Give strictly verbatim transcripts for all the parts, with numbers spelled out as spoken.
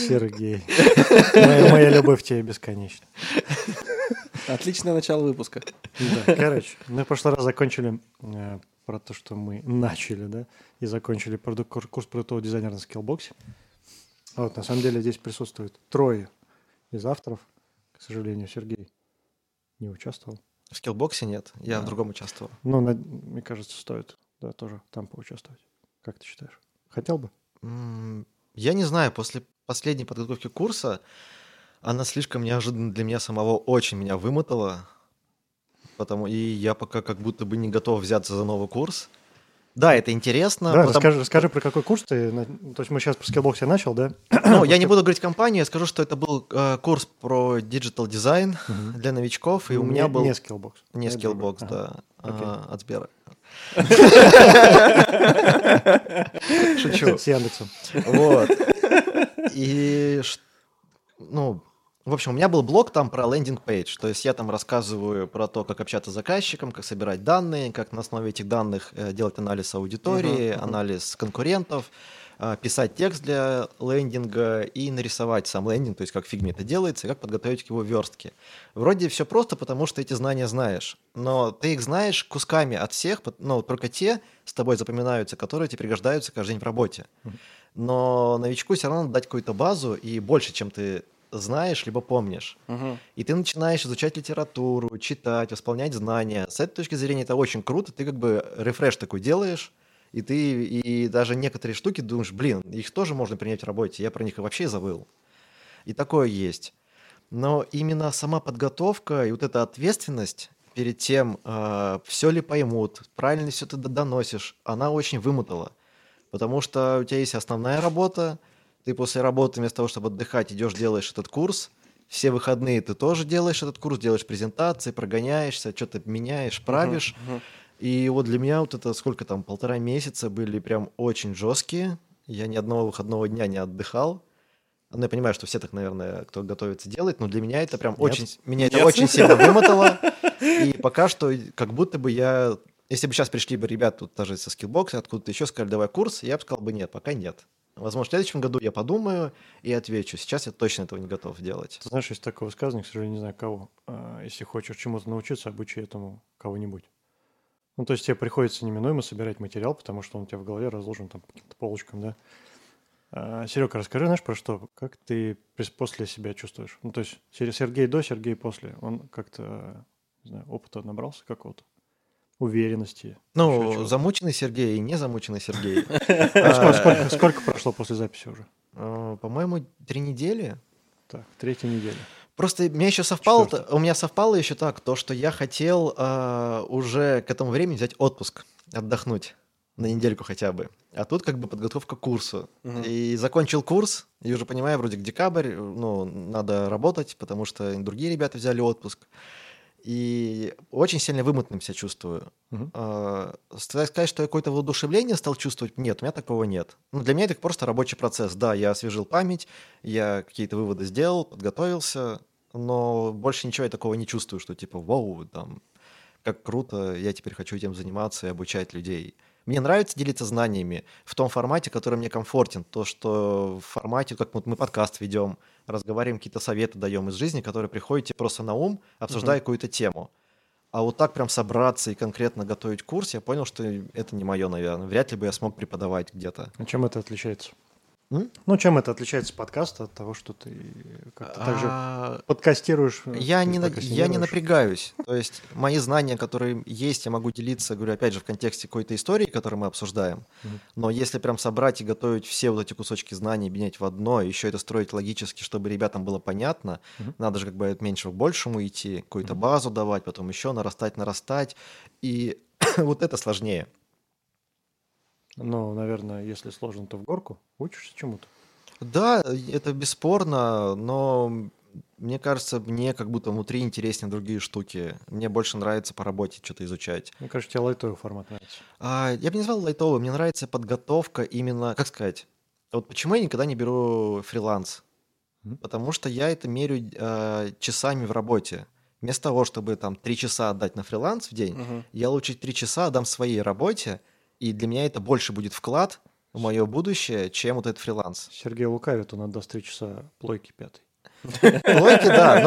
Сергей, моя, моя любовь к тебе бесконечна. Отличное начало выпуска. Да, короче, мы в прошлый раз закончили э, про то, что мы начали, да, и закончили продукт, курс продуктового дизайнера на Skillbox. Вот, на самом деле здесь присутствует трое из авторов. К сожалению, Сергей не участвовал. В Skillbox нет, я Да. в другом участвовал. Ну, на- мне кажется, стоит, да, тоже там поучаствовать. Как ты считаешь? Хотел бы? М, Я не знаю, после последней подготовки курса она слишком неожиданно для меня самого очень меня вымотала. Потому и я пока как будто бы не готов взяться за новый курс. Да, это интересно. Да, потом- расскажи, расскажи, про какой курс ты... на- То есть мы сейчас про Skillbox я начал, да? Ну, я не буду говорить компанию, я скажу, что это был э, курс про диджитал дизайн Мгм. для новичков, и у Не- меня был Не Skillbox. не Это другой. Skillbox, Ага. да, Окей. а, от Сбера. Шучу. С Яндексом. Вот. И, ш- ну, в общем, у меня был блог там про лендинг-пейдж. То есть я там рассказываю про то, как общаться с заказчиком, как собирать данные, как на основе этих данных э, делать анализ аудитории, Мгм, мгм. анализ конкурентов, э, писать текст для лендинга и нарисовать сам лендинг, то есть как в фигме это делается, и как подготовить к его верстке. Вроде все просто, потому что эти знания знаешь, но ты их знаешь кусками от всех, пот- ну, только те с тобой запоминаются, которые тебе пригождаются каждый день в работе. Мгм. Но новичку все равно надо дать какую-то базу и больше, чем ты знаешь, либо помнишь. Мгм. И ты начинаешь изучать литературу, читать, восполнять знания. С этой точки зрения это очень круто. Ты как бы рефреш такой делаешь, и ты и даже некоторые штуки думаешь, блин, их тоже можно принять в работе. Я про них и вообще забыл. И такое есть. Но именно сама подготовка и вот эта ответственность перед тем, все ли поймут, правильно ли все ты д- доносишь, она очень вымотала. Потому что у тебя есть основная работа, ты после работы вместо того, чтобы отдыхать, идешь, делаешь этот курс, все выходные ты тоже делаешь этот курс, делаешь презентации, прогоняешься, что-то меняешь, правишь. Мгм. И вот для меня вот это сколько там, полтора месяца были прям очень жесткие. Я ни одного выходного дня не отдыхал. Ну, я понимаю, что все так, наверное, кто готовится, делать, но для меня это прям Нет. очень, меня это Нет. очень сильно вымотало. И пока что как будто бы я... Если бы сейчас пришли бы ребята тут даже со Skillbox, откуда-то еще сказали, давай курс, я бы сказал бы нет, пока нет. Возможно, в следующем году я подумаю и отвечу. Сейчас я точно этого не готов делать. Ты знаешь, есть такое высказывание, к сожалению, не знаю кого. А, Если хочешь чему-то научиться, обучи этому кого-нибудь. Ну, то есть тебе приходится неминуемо собирать материал, потому что он у тебя в голове разложен там по каким-то полочкам, да. Серега, расскажи, знаешь, про что? Как ты прис- после себя чувствуешь? Ну, то есть Сер- Сергей до, Сергей после. Он как-то, не знаю, опыта набрался какого-то? Уверенности? еще Ну, чего-то? замученный Сергей и не замученный Сергей. А что, сколько, сколько прошло после записи уже? А, По-моему, три недели. Так, третья неделя. Просто у меня еще совпало, Четвёртая. у меня совпало еще так, то, что я хотел а, уже к этому времени взять отпуск, отдохнуть на недельку хотя бы. А тут как бы подготовка к курсу. Мгм. И закончил курс, и уже понимаю, вроде к декабрь, ну, надо работать, потому что и другие ребята взяли отпуск. И очень сильно вымотанным себя чувствую. Мгм. А, ста- Сказать, что я какое-то воодушевление стал чувствовать, нет, у меня такого нет. Ну, для меня это просто рабочий процесс. Да, я освежил память, я какие-то выводы сделал, подготовился, но больше ничего я такого не чувствую, что типа, вау, там, как круто, я теперь хочу этим заниматься и обучать людей. Мне нравится делиться знаниями в том формате, который мне комфортен. То, что в формате, как вот мы подкаст ведем, разговариваем, какие-то советы даем из жизни, которые приходят тебе просто на ум, обсуждая какую-то тему. А вот так прям собраться и конкретно готовить курс, я понял, что это не мое, наверное. Вряд ли бы я смог преподавать где-то. А чем это отличается? М? Ну, чем это отличается подкаста от того, что ты как-то так же А, подкастируешь? э, Я ты не, на- я не прокрастинируешь? напрягаюсь. То есть мои знания, которые есть, я могу делиться, говорю, опять же, в контексте какой-то истории, которую мы обсуждаем. Мгм. Но если прям собрать и готовить все вот эти кусочки знаний, объединять в одно, еще это строить логически, чтобы ребятам было понятно, Мгм. надо же как бы от меньшего к большему идти, какую-то Мгм. базу давать, потом еще нарастать, нарастать. И вот это сложнее. Ну, наверное, если сложно, то в горку. Учишься чему-то. Да, это бесспорно, но мне кажется, мне как будто внутри интереснее другие штуки. Мне больше нравится по работе что-то изучать. Мне кажется, тебе лайтовый формат нравится. А, я бы не назвал лайтовым, мне нравится подготовка именно, как сказать, вот почему я никогда не беру фриланс? Мгм. Потому что я это мерю э, часами в работе. Вместо того, чтобы там три часа отдать на фриланс в день, Мгм. я лучше три часа отдам своей работе, и для меня это больше будет вклад, мое будущее, чем вот этот фриланс. Сергей лукавит, он отдаст три часа плойки пятой. Плойки, да,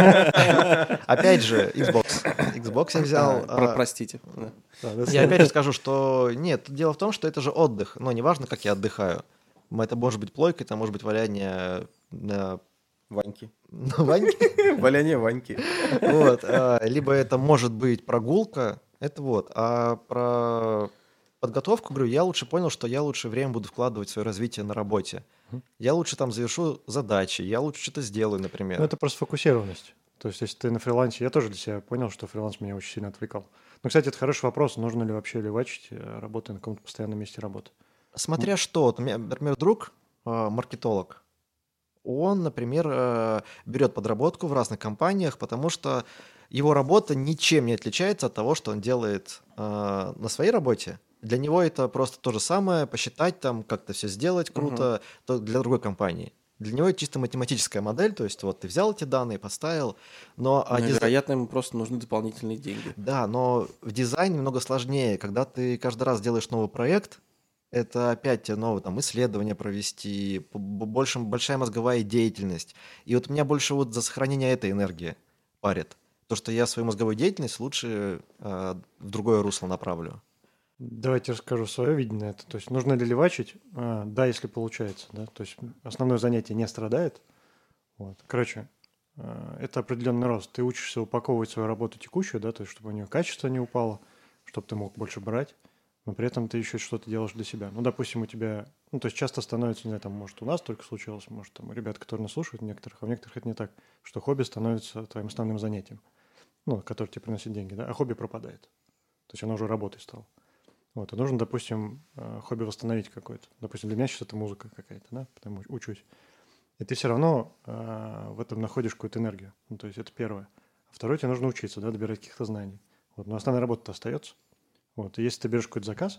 но опять же, Xbox. Xbox я взял. А, про- а, простите. Да. Да, да, Я опять же скажу, что нет, дело в том, что это же отдых. Но неважно, как я отдыхаю. М, Это может быть плойка, это может быть валяние на, Ваньки. на ваньке. Валяние Ваньки. Вот, а, либо это может быть прогулка. Это вот. А про подготовку, говорю, я лучше понял, что я лучше время буду вкладывать в свое развитие на работе. Мгм. Я лучше там завершу задачи, я лучше что-то сделаю, например. Ну, это просто фокусированность. То есть, если ты на фрилансе, я тоже для себя понял, что фриланс меня очень сильно отвлекал. Ну, кстати, это хороший вопрос, нужно ли вообще левачить, э, работая на каком-то постоянном месте работы. Смотря что. Вот у меня, например, друг, а, маркетолог, он, например, э, берет подработку в разных компаниях, потому что его работа ничем не отличается от того, что он делает э, на своей работе. Для него это просто то же самое, посчитать там, как-то все сделать круто, то для другой компании. Для него это чисто математическая модель, то есть вот ты взял эти данные, поставил, но а Ну, дизай- вероятно, ему просто нужны дополнительные деньги. да, но в дизайне немного сложнее. Когда ты каждый раз делаешь новый проект, это опять тебе новое там исследование провести, п- б- больше, большая мозговая деятельность. И вот меня больше вот за сохранение этой энергии парит. То, что я свою мозговую деятельность лучше э, в другое русло направлю. Давайте расскажу свое видение на это. То есть, нужно ли левачить? А, да, если получается, да. То есть, основное занятие не страдает. Вот. Короче, э, это определенный рост. Ты учишься упаковывать свою работу текущую, да, то есть, чтобы у нее качество не упало, чтобы ты мог больше брать, но при этом ты еще что-то делаешь для себя. Ну, допустим, у тебя, ну, то есть, часто становится, не знаю, там, может, у нас только случилось, может, там, у ребят, которые нас слушают, некоторых, а у некоторых это не так, что хобби становится твоим основным занятием, ну, которое тебе приносит деньги, да, а хобби пропадает. То есть, оно уже работой стало. Вот, и нужно, допустим, э, хобби восстановить какое-то. Допустим, для меня сейчас это музыка какая-то, да, потому что учусь. И ты все равно э, в этом находишь какую-то энергию. Ну, то есть это первое. А второе, тебе нужно учиться, да, добирать каких-то знаний. Вот, но основная работа-то остается. Вот, и если ты берешь какой-то заказ,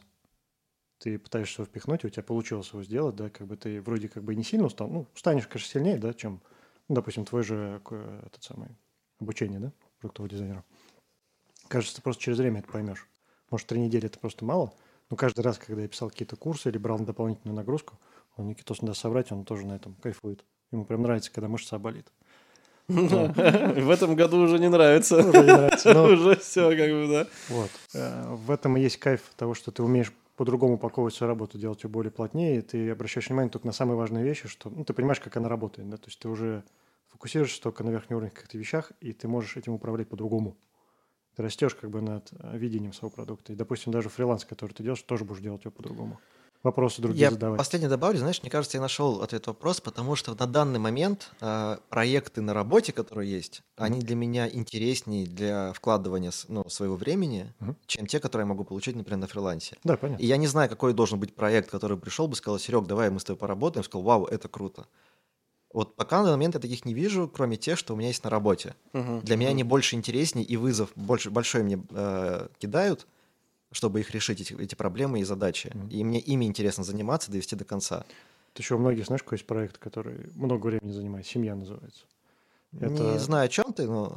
ты пытаешься его впихнуть, и у тебя получилось его сделать, да, как бы ты вроде как бы и не сильно устал, ну, станешь, конечно, сильнее, да, чем, ну, допустим, твой же э, этот самый обучение, да, продуктового дизайнера. Кажется, ты просто через время это поймешь. Может, три недели это просто мало, но каждый раз, когда я писал какие-то курсы или брал на дополнительную нагрузку, он Никитос не даст соврать, он тоже на этом кайфует. Ему прям нравится, когда мышца болит. В этом году уже не нравится. Уже не нравится, но- Уже все, как бы, да. Вот. Э, В этом и есть кайф того, что ты умеешь по-другому упаковывать свою работу, делать ее более плотнее, и ты обращаешь внимание только на самые важные вещи, что ну, ты понимаешь, как она работает, да, то есть ты уже фокусируешься только на верхнем уровне каких-то вещах, и ты можешь этим управлять по-другому. Ты растешь как бы над э, видением своего продукта. И, допустим, даже фриланс, который ты делаешь, тоже будешь делать его по-другому. Вопросы другие Я задавать. последнее добавлю, знаешь, мне кажется, я нашел ответ на вопрос, потому что на данный момент э, проекты на работе, которые есть, они для меня интереснее для вкладывания с- ну, своего времени, Мгм. чем те, которые я могу получить, например, на фрилансе. Да, И понятно. я не знаю, какой должен быть проект, который пришел бы, сказал: Серег, давай мы с тобой поработаем. Сказал: вау, это круто. Вот пока на данный момент я таких не вижу, кроме тех, что у меня есть на работе. Мгм, Для меня мгм. они больше интереснее, и вызов больше, большой мне э, кидают, чтобы их решить, эти, эти проблемы и задачи. Мгм. И мне ими интересно заниматься, довести до конца. Вот еще у многих, знаешь, какой есть проект, который много времени занимает? «Семья» называется. Не Это- знаю, о чем ты, но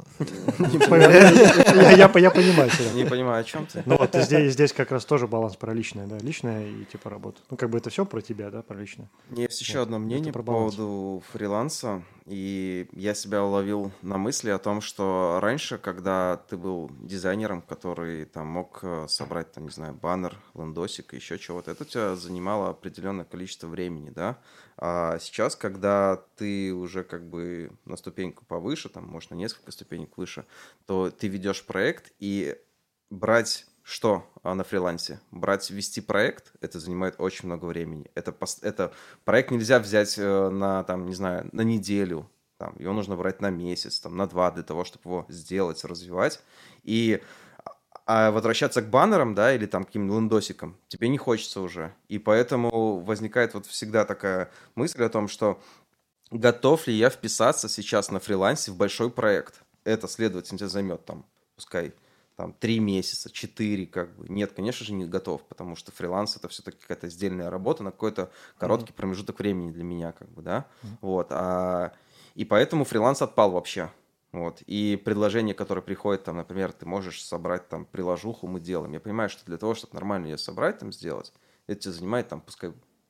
Я я по- я понимаю тебя. Не понимаю, о чем ты. Ну вот и здесь, здесь как раз тоже баланс про личное, да, личное и типа работу. Ну как бы это все про тебя, да, про личное. Есть еще Вот, одно это мнение про по баланс. поводу фриланса, и я себя уловил на мысли о том, что раньше, когда ты был дизайнером, который там мог э, собрать, там, не знаю, баннер, лендосик, еще чего-то, это у тебя занимало определенное количество времени, да? А сейчас, когда ты уже как бы на ступеньку повыше, там, может, на несколько ступенек выше, то ты ведешь проект, и брать что а, на фрилансе? Брать, вести проект, это занимает очень много времени. Это, пос- это проект нельзя взять э, на, там, не знаю, на неделю. Там, его нужно брать на месяц, там, на два, для того, чтобы его сделать, развивать. И а возвращаться к баннерам, да, или там к каким-то лендосикам тебе не хочется уже. И поэтому возникает вот всегда такая мысль о том, что готов ли я вписаться сейчас на фрилансе в большой проект. Это, следовательно, тебя займет там, пускай, там, три месяца, четыре, как бы. Нет, конечно же, не готов, потому что фриланс — это все-таки какая-то сдельная работа на какой-то короткий промежуток времени для меня, как бы, да. Вот, а... И поэтому фриланс отпал вообще. Вот. И предложение, которое приходит, там, например, ты можешь собрать там приложуху, мы делаем. Я понимаю, что для того, чтобы нормально ее собрать, там, сделать, это тебе занимает, там, пускай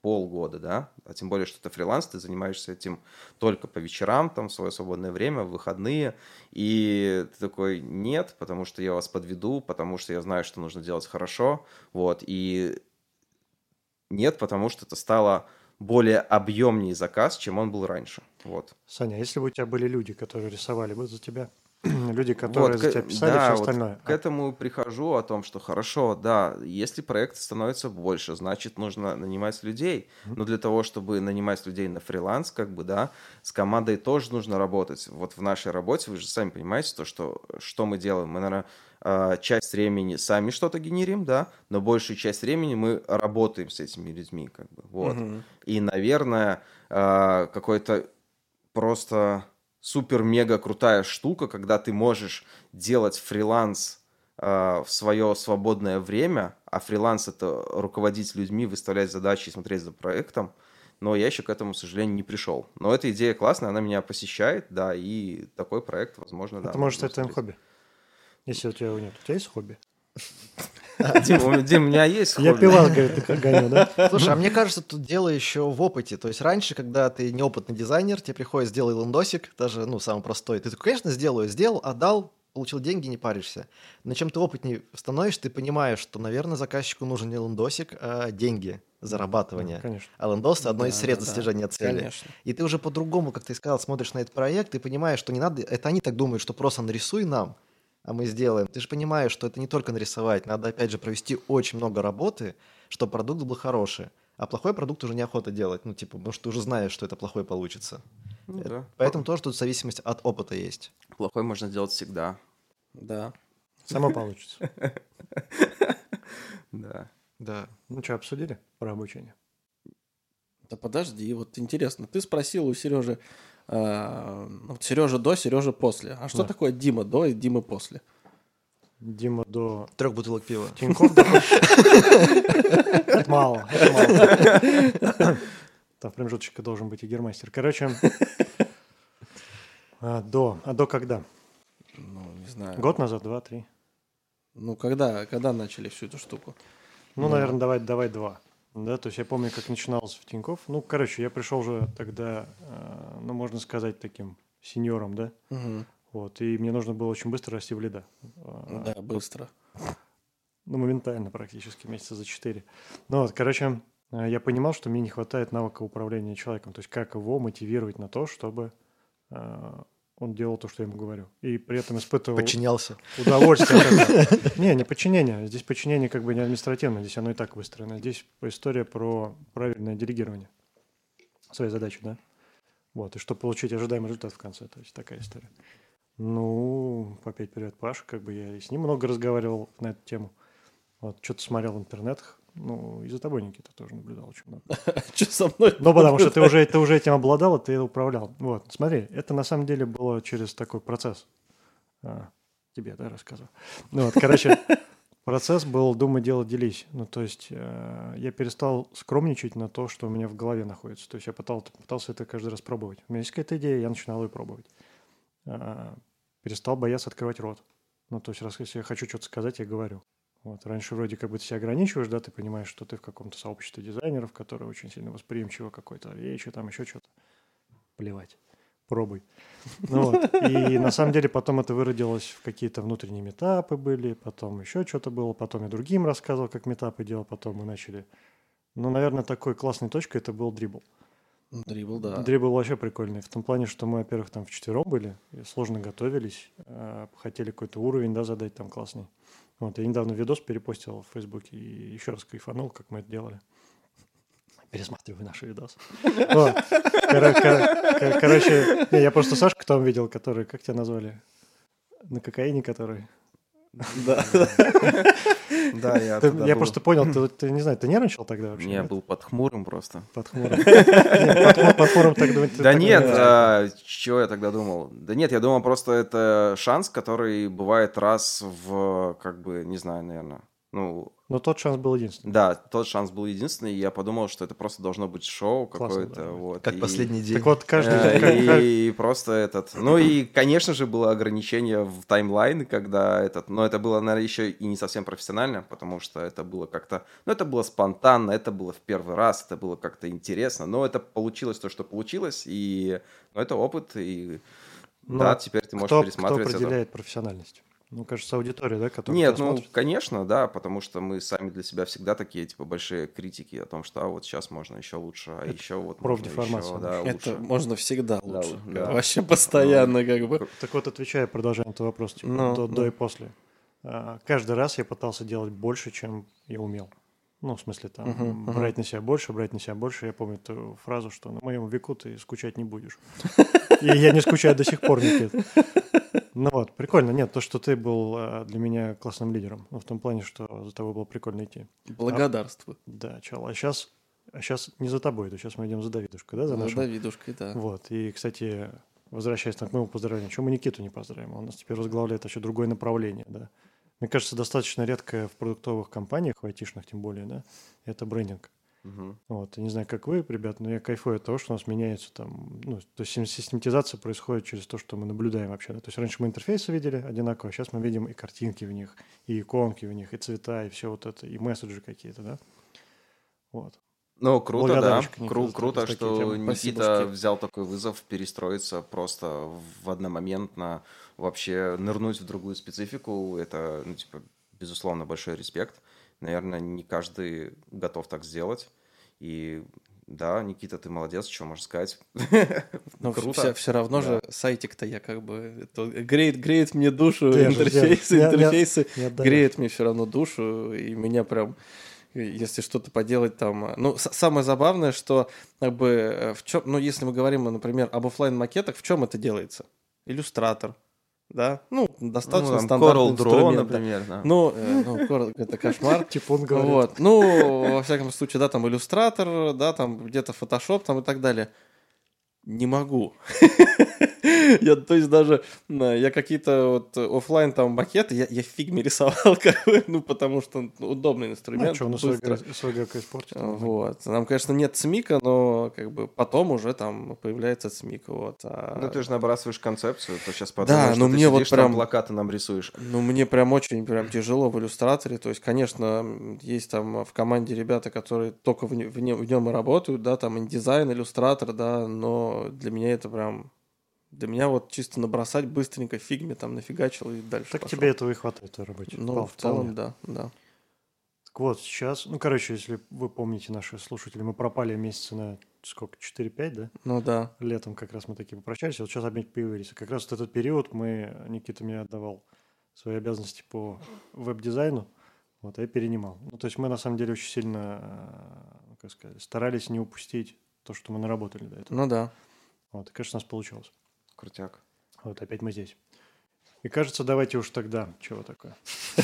полгода, да, а тем более, что ты фриланс, ты занимаешься этим только по вечерам, там, в свое свободное время, в выходные, и ты такой, нет, потому что я вас подведу, потому что я знаю, что нужно делать хорошо, вот, и нет, потому что это стало более объемнее заказ, чем он был раньше, вот. Саня, а если бы у тебя были люди, которые рисовали бы за тебя, люди, которые Вот, за к- тебя писали, да, все вот остальное. к этому прихожу о том, что хорошо, да, если проект становится больше, значит, нужно нанимать людей. Но для того, чтобы нанимать людей на фриланс, как бы, да, с командой тоже нужно работать. Вот в нашей работе, вы же сами понимаете, то, что, что мы делаем. Мы, наверное, э, часть времени сами что-то генерим, да, но большую часть времени мы работаем с этими людьми, как бы, вот. Мгм. И, наверное, э, какой-то просто супер-мега крутая штука, когда ты можешь делать фриланс э, в свое свободное время, а фриланс — это руководить людьми, выставлять задачи и смотреть за проектом, но я еще к этому, к сожалению, не пришел. Но эта идея классная, она меня посещает, да, и такой проект, возможно, да. Это может можно стать твоим смотреть. хобби. Если у тебя его нет. У тебя есть хобби? Дим, у Дим, у меня есть Я хобби. пивас, говорит, ты гоню, да? Слушай, а мне кажется, тут дело еще в опыте. То есть раньше, когда ты неопытный дизайнер, тебе приходит, сделай лендосик, даже, ну, самый простой. Ты такой, конечно, сделаю, сделал, отдал, получил деньги, не паришься. Но чем ты опытнее становишься, ты понимаешь, что, наверное, заказчику нужен не лендосик, а деньги, зарабатывание. Ну, конечно. А лендос — это одно из Да, средств да, да. достижения цели. Конечно. И ты уже по-другому, как ты сказал, смотришь на этот проект, и понимаешь, что не надо... Это они так думают, что просто нарисуй нам, а мы сделаем. Ты же понимаешь, что это не только нарисовать, надо, опять же, провести очень много работы, чтобы продукт был хороший. А плохой продукт уже неохота делать, ну, типа, потому что ты уже знаешь, что это плохой получится. Ну да. Поэтому тоже тут зависимость от опыта есть. Плохой можно делать всегда. Да. Само получится. Да. Да. Ну что, обсудили про обучение? Да подожди, вот интересно, ты спросил у Сережи, э, вот Сережа до, Сережа после. А что Да. такое Дима до и Дима после? Дима до Трех бутылок пива. Тинькофф доходит. Это мало, это мало. Там в промежуточке должен быть и гермастер. Короче, а, до. А до когда? Ну, не знаю. Год назад, два, три? Ну, когда, когда начали всю эту штуку? Ну, наверное, давай, давай два. Да, то есть я помню, как начиналось в Тинькофф. Ну, короче, я пришел же тогда, э, ну, можно сказать, таким сеньором, да? Мгм. Вот, и мне нужно было очень быстро расти в лида. А, Да, быстро. Ну, моментально практически, месяца за четыре. Ну, вот, короче, э, я понимал, что мне не хватает навыка управления человеком. То есть как его мотивировать на то, чтобы э, он делал то, что я ему говорю. И при этом испытывал Подчинялся. удовольствие от этого. Не, не подчинение. Здесь подчинение как бы не административное, здесь оно и так выстроено. Здесь история про правильное делегирование своей задачи, да? Вот, и чтобы получить ожидаемый результат в конце. То есть такая история. Ну, опять привет, Паша, как бы я и с ним много разговаривал на эту тему. Вот, что-то смотрел в интернетах. Ну, и за тобой, Никита, тоже наблюдал очень много. Что со мной? Ну, потому что ты уже, ты уже этим обладал, и ты управлял. Вот, смотри, это на самом деле было через такой процесс. А, тебе, да, рассказывал. Ну, вот, короче, процесс был «думай, делай, делись». Ну, то есть э, я перестал скромничать на то, что у меня в голове находится. То есть я пытался, пытался это каждый раз пробовать. У меня есть какая-то идея, я начинал ее пробовать. А, перестал бояться открывать рот. Ну, то есть раз если я хочу что-то сказать, я говорю. Вот. Раньше вроде как бы ты себя ограничиваешь, да, ты понимаешь, что ты в каком-то сообществе дизайнеров, которые очень сильно восприимчивы к какой-то вещи, там еще что-то. Плевать. Пробуй. Ну, вот. И на самом деле потом это выродилось в какие-то внутренние метапы были, потом еще что-то было, потом я другим рассказывал, как метапы делал, потом мы начали... Ну, наверное, такой классной точкой это был дрибл. Дрибл, да. Дрибл вообще прикольный. В том плане, что мы, во-первых, там вчетвером были, и сложно готовились, э, хотели какой-то уровень, да, задать там классный. Вот, я недавно видос перепостил в Фейсбуке и еще раз кайфанул, как мы это делали. Пересматривай наши видосы. Вот. Кор- кор- кор- Короче, не, я просто Сашку там видел, который, как тебя назвали? На кокаине, который... Да. Да, я Ты- тогда Я был- просто понял, ты, ты не знаю, ты нервничал тогда вообще? Я нет? был под хмурым просто. Под хмурым. Нет, под- Под хмурым так думать, ты Да так нет, не- чего я тогда думал? Да нет, я думал, просто это шанс, который бывает раз в, как бы, не знаю, наверное, Ну, Но тот шанс был единственный. да, тот шанс был единственный, и я подумал, что это просто должно быть шоу Классно, какое-то. да. Вот, Как и- последний день. Так вот, каждый... Э, как- как- И просто этот... Ну и, конечно же, было ограничение в таймлайн, когда этот... Но это было, наверное, еще и не совсем профессионально, потому что это было как-то... Ну, это было спонтанно, это было в первый раз, это было как-то интересно. Но это получилось то, что получилось, и... Ну, это опыт, и... Ну, Да, а теперь ты можешь кто, кто пересматривать это. определяет профессиональность? Ну, кажется, аудитория, да, которая Нет, тебя ну, смотрит. конечно, да, потому что мы сами для себя всегда такие, типа, большие критики о том, что, а вот сейчас можно еще лучше, а еще вот можно профдеформация еще, да, Это лучше. можно всегда Да, лучше. да. Вообще постоянно как бы. Так вот, отвечая, продолжая на этот вопрос, типа, Ну, до, ну. до и после. А, Каждый раз я пытался делать больше, чем я умел. Ну, в смысле, там, Мгм, мгм. брать на себя больше, брать на себя больше. Я помню эту фразу, что на моем веку ты скучать не будешь. И я не скучаю до сих пор, Никит. Ну вот, прикольно. Нет, то, что ты был а, для меня классным лидером. Ну, в том плане, что за тобой было прикольно идти. Благодарствую. Да, чел. А сейчас, а сейчас не за тобой, то сейчас мы идем за Давидушкой, да, за За нашим? Давидушкой, да. Вот, и, кстати, возвращаясь к моему поздравлению, чего мы Никиту не поздравим? Он у нас теперь возглавляет вообще другое направление, да. Мне кажется, достаточно редко в продуктовых компаниях, в айтишных тем более, да, это брендинг. Мгм. Вот, я не знаю, как вы, ребят, но я кайфую от того, что у нас меняется там, ну, то есть сим- систематизация происходит через то, что мы наблюдаем вообще, да. То есть раньше мы интерфейсы видели одинаково, сейчас мы видим и картинки в них, и иконки в них, и цвета, и все вот это, и месседжи какие-то, да. Вот. Ну, круто, да. Благодарочка, Никита, Кру- за- круто, за такие что темы. Никита Спасибо, взял такой вызов перестроиться просто в одномоментно, вообще нырнуть в другую специфику. Это, ну, типа, безусловно, большой респект. Наверное, не каждый готов так сделать. И да, Никита, ты молодец, что можно сказать. Но Круто. все, равно Да. же сайтик-то я как бы... это греет, греет мне душу, Держишь, интерфейсы, держишь. Не- не- интерфейсы не отдаешь. греет мне все равно душу, и меня прям... Если что-то поделать там... Ну, с- самое забавное, что как бы э, в чем... Ну, если мы говорим, например, об оффлайн-макетах, в чем это делается? Иллюстратор, да? Ну, достаточно Ну, там стандартный Coral Draw, инструмент, да. например, да. Ну, э, ну, Coral- это кошмар. Типа он говорит. Вот. Ну, во всяком случае, да, там иллюстратор, да, там где-то Photoshop там и так далее. Не могу. Я, то есть даже да, я какие-то вот оффлайн там макеты, я, я в фигме рисовал, как бы, ну, потому что удобный Ну, инструмент. что, он быстро. свой ГК испортит. Вот. Нам, конечно, нет смика, но как бы потом уже там появляется смик. Вот. А- Ну, ты же набрасываешь концепцию, то сейчас подумаешь, Да, что но ты мне вот сидишь, там прям- плакаты нам рисуешь. Ну, мне прям очень прям тяжело в иллюстраторе. То есть, конечно, м, есть там в команде ребята, которые только в, не- в, не- в нем и работают, да, там индизайн, иллюстратор, да, но для меня это прям... Для меня вот чисто набросать быстренько в фигме там нафигачил и дальше Так пошел. тебе этого и хватает в твоей работе. Ну, Вполне. в целом, да, да. Так вот, сейчас, ну, короче, если вы помните, наши слушатели, мы пропали месяца на сколько, четыре-пять, да? Ну да. Летом как раз мы такие попрощались, вот сейчас опять появились. И как раз вот этот период мы, Никита мне отдавал свои обязанности по веб-дизайну, вот, а я перенимал. Ну, то есть мы, на самом деле, очень сильно, э, ну, как сказать, старались не упустить то, что мы наработали до этого. Ну да. Вот, и, конечно, у нас получилось. Крутяк. Вот, опять мы здесь. И кажется, давайте уж тогда, чего такое.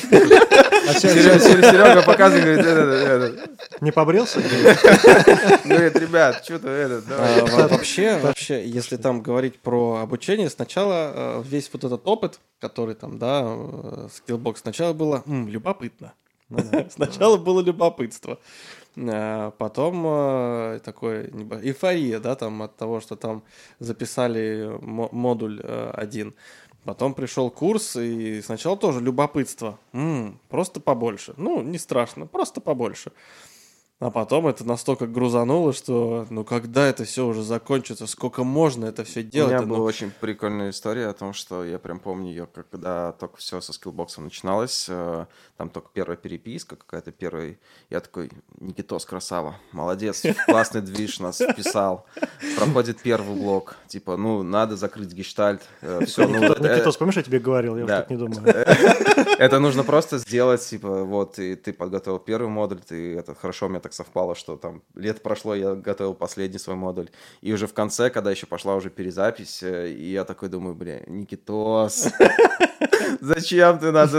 Серега показывает, говорит, этот, этот. Не побрился? Говорит, ребят, что-то этот, давай. А, во- Вообще, вообще, если там говорить про обучение, сначала э, весь вот этот опыт, который там, да, э, Skillbox, сначала было «М, любопытно. Ну да. Сначала было любопытство. А потом э, такое небо- эйфория, да, там от того, что там записали мо- модуль э, один. Потом пришел курс, и сначала тоже любопытство. М, просто побольше. Ну, не страшно, просто побольше. А потом это настолько грузануло, что ну когда это все уже закончится, сколько можно это все У делать? меня Ну, была очень прикольная история о том, что я прям помню ее, когда только все со скиллбоксом начиналось, э, там только первая переписка какая-то первая, я такой, Никитос, красава, молодец, классный движ нас вписал, проходит первый блок, типа, ну, надо закрыть гештальт, все, ну, Никита, это- Никитос, помнишь, я тебе говорил? Я уж Да. так не думаю. это нужно просто сделать, типа, вот, и ты подготовил первый модуль, ты, это хорошо, у меня так совпало, что там лето прошло, я готовил последний свой модуль, и уже в конце, когда еще пошла уже перезапись, э, и я такой думаю, бля, Никитос, Зачем ты нас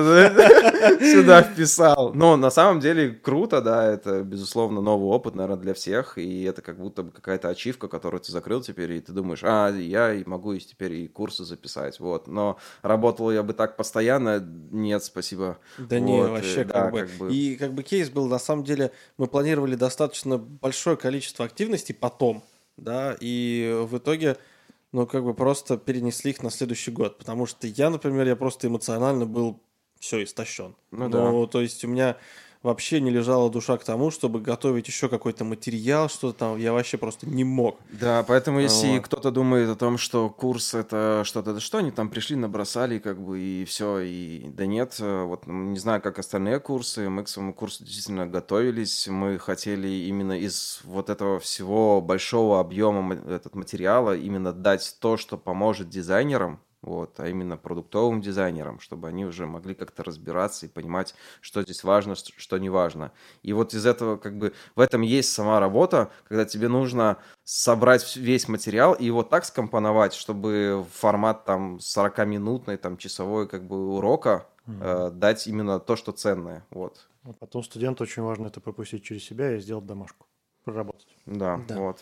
сюда вписал? Но на самом деле круто, да, это, безусловно, новый опыт, наверное, для всех, и это как будто бы какая-то ачивка, которую ты закрыл теперь, и ты думаешь, а, я могу теперь и курсы записать, вот. Но работал я бы так постоянно, нет, спасибо. Да вот, не, вообще, да, как, бы. как бы. И как бы кейс был, на самом деле, мы планировали достаточно большое количество активностей потом, да, и в итоге, ну, как бы просто перенесли их на следующий год, потому что я, например, я просто эмоционально был все истощен. Ну, ну да. То есть у меня вообще не лежала душа к тому, чтобы готовить еще какой-то материал, что-то там, я вообще просто не мог. Да, поэтому если Вот. кто-то думает о том, что курс это что-то, да что они там пришли, набросали, как бы, и все, и да нет, вот не знаю, как остальные курсы, мы к своему курсу действительно готовились, мы хотели именно из вот этого всего большого объема этот материала именно дать то, что поможет дизайнерам, вот, а именно продуктовым дизайнерам, чтобы они уже могли как-то разбираться и понимать, что здесь важно, что не важно. И вот из этого, как бы, в этом есть сама работа, когда тебе нужно собрать весь материал и его так скомпоновать, чтобы формат там сорокаминутный, там, часовой, как бы, урока mm-hmm. э, дать именно то, что ценное, вот. А потом студенту очень важно это пропустить через себя и сделать домашку, проработать. Да, да. вот.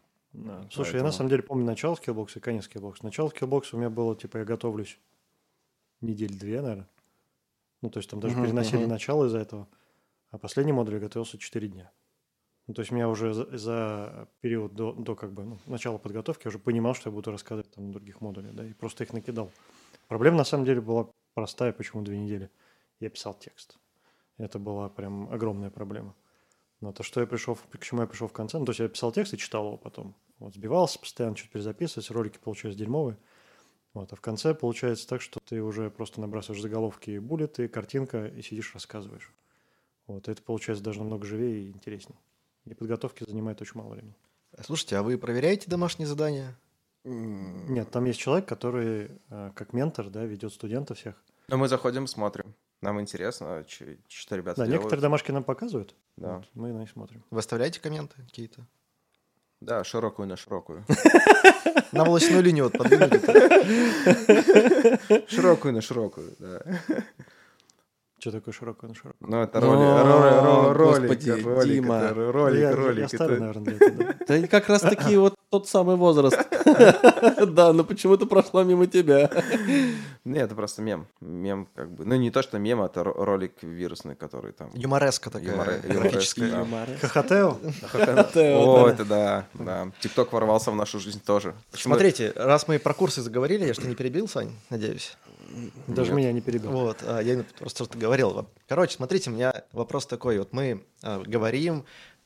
Да. Слушай, Поэтому... я на самом деле помню начало скиллбокса и конец скиллбокса. Начало скиллбокса у меня было, типа, я готовлюсь недель две, наверное. Ну, то есть там даже uh-huh, переносили uh-huh. начало из-за этого. А последний модуль я готовился четыре дня. Ну, то есть меня уже за, за период до, до как бы, ну, начала подготовки я уже понимал, что я буду рассказывать там на других модулях, да, и просто их накидал. Проблема на самом деле была простая, почему две недели. Я писал текст. Это была прям огромная проблема. Но то, что я пришел, к чему я пришел в конце, ну, то есть я писал текст и читал его потом. Вот, сбивался постоянно, что-то перезаписывать, ролики получались дерьмовые. Вот, а в конце получается так, что ты уже просто набрасываешь заголовки и буллеты, картинка, и сидишь, рассказываешь. Вот, и это получается даже намного живее и интереснее. И подготовки занимает очень мало времени. Слушайте, а вы проверяете домашние задания? Нет, там есть человек, который как ментор, да, ведет студентов всех. Но мы заходим, смотрим. Нам интересно, что ребята да, делают. Некоторые домашки нам показывают. Да. Вот, мы на них смотрим. Вы оставляете комменты какие-то? Да, широкую на широкую. На волосяную линию вот подвинуть. Широкую на широкую, да. Что такое широкую на широкую? Ну, это ролик, Господи, ролик, Дима. ролик, ролик. Я старый, наверное, для этого. Да как раз таки вот тот самый возраст. Да, но почему-то прошла мимо тебя. Нет, это просто мем. Мем как бы... Ну, не то, что мем, это ролик вирусный, который там... Юмореска такая. Графическая. Хохотео? О, это да, да. ТикТок ворвался в нашу жизнь тоже. Смотрите, раз мы про курсы заговорили, я что не перебил, Сань, надеюсь? Даже меня не перебил. Вот, я просто что-то говорил. Короче, смотрите, у меня вопрос такой. Вот мы говорим,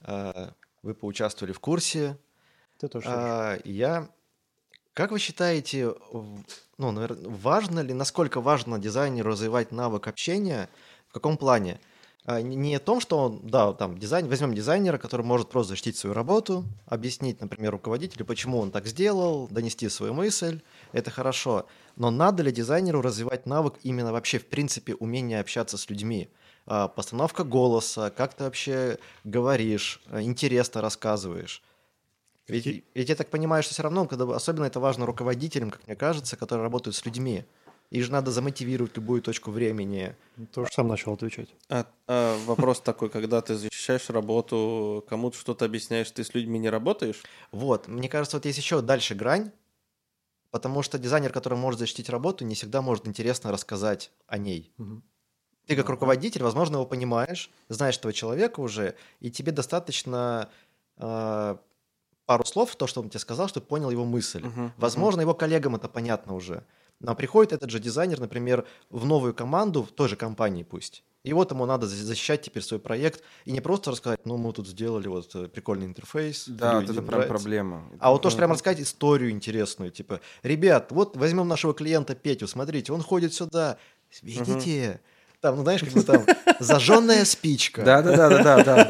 вы поучаствовали в курсе. Ты тоже. А, я... Как вы считаете, ну, наверное, важно ли, насколько важно дизайнеру развивать навык общения? В каком плане? А, не о том, что он, да, там, дизайн, возьмем дизайнера, который может просто защитить свою работу, объяснить, например, руководителю, почему он так сделал, донести свою мысль, это хорошо. Но надо ли дизайнеру развивать навык именно вообще, в принципе, умение общаться с людьми? А, постановка голоса, как ты вообще говоришь, интересно рассказываешь? Ведь, ведь я так понимаю, что все равно, когда, особенно это важно руководителям, как мне кажется, которые работают с людьми. Их же надо замотивировать любую точку времени. Ты уже сам начал отвечать. А, а вопрос такой, когда ты защищаешь работу, кому-то что-то объясняешь, ты с людьми не работаешь? Вот, мне кажется, вот есть еще дальше грань, потому что дизайнер, который может защитить работу, не всегда может интересно рассказать о ней. Угу. Ты как руководитель, возможно, его понимаешь, знаешь этого человека уже, и тебе достаточно... Э- пару слов, то, что он тебе сказал, чтобы понял его мысль. Uh-huh, Возможно, uh-huh. его коллегам это понятно уже. Но приходит этот же дизайнер, например, в новую команду, в той же компании пусть. И вот ему надо защищать теперь свой проект. И не просто рассказать, ну, мы тут сделали вот прикольный интерфейс. Да, вот это прям нравится. Проблема. А вот то, что прямо рассказать историю интересную. Типа, ребят, вот возьмем нашего клиента Петю, смотрите, он ходит сюда. Видите? Uh-huh. Там, ну, знаешь, как бы там зажженная спичка. Да-да-да-да-да.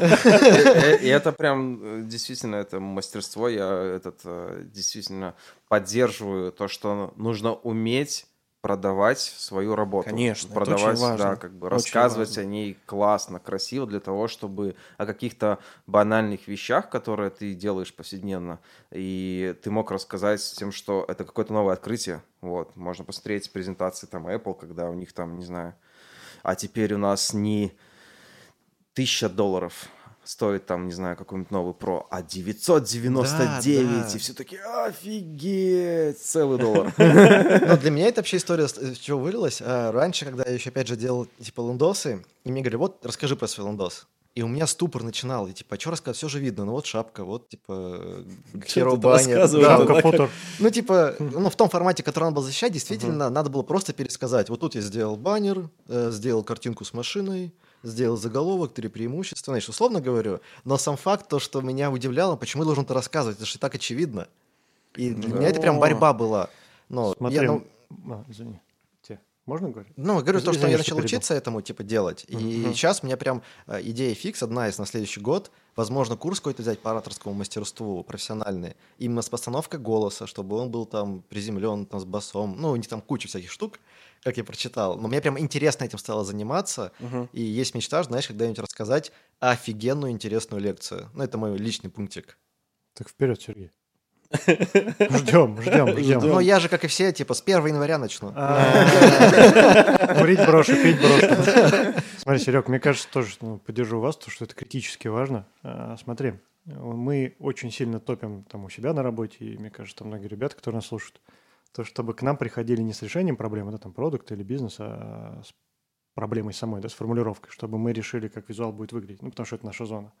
И это прям действительно это мастерство. Я этот действительно поддерживаю то, что нужно уметь продавать свою работу. Конечно, это продавать, очень важно. да, как бы Очень рассказывать важно. о ней классно, красиво, для того, чтобы о каких-то банальных вещах, которые ты делаешь повседневно, и ты мог рассказать тем, что это какое-то новое открытие. Вот. Можно посмотреть презентации там Apple, когда у них там, не знаю, а теперь у нас не тысяча долларов стоит там, не знаю, какой-нибудь новый Pro, а девятьсот девяносто девять, Да, да. и все такие, офигеть, целый доллар. Но для меня это вообще история, с с чего вылилась. А, Раньше, когда я еще, опять же, делал, типа, лендосы, и мне говорили, вот, расскажи про свой лендос. И у меня ступор начинал, и, типа, а что рассказать, все же видно, ну, вот шапка, вот, типа, Чё hero тут баннер. рассказывать? Да, Да, Шапка, да, футер. ну, типа, ну, в том формате, который надо было защищать, действительно, надо было просто пересказать. Вот тут я сделал баннер, э, сделал картинку с машиной, сделал заголовок, три преимущества, знаешь, условно говорю. Но сам факт, то, что меня удивляло, почему я должен это рассказывать, это же так очевидно. И для меня это прям О. борьба была. Но Смотри, я, ну, а, извини, те, можно говорить? ну, говорю то, что Извини, я что начал перебил. учиться этому, типа, делать. И сейчас у меня прям э, идея фикс, одна из на следующий год. Возможно, курс какой-то взять по ораторскому мастерству профессиональный. Именно с постановкой голоса, чтобы он был там приземлен, там, с басом. Ну, у них там куча всяких штук, как я прочитал. Но мне прям интересно этим стало заниматься. И есть мечта, знаешь, когда-нибудь рассказать офигенную интересную лекцию. Ну, это мой личный пунктик. Так вперед, Сергей. Ждем, ждем, Но ждем. я же, как и все, типа, с первого января начну. А, Курить брошу, пить брошу. Смотри, Серег, мне кажется, тоже ну, поддержу вас, то, что это критически важно. А, Смотри, мы очень сильно топим там у себя на работе, и мне кажется, там многие ребята, которые нас слушают, то, чтобы к нам приходили не с решением проблемы, да, там, продукта или бизнеса, а с проблемой самой, да, с формулировкой, чтобы мы решили, как визуал будет выглядеть, ну, потому что это наша зона.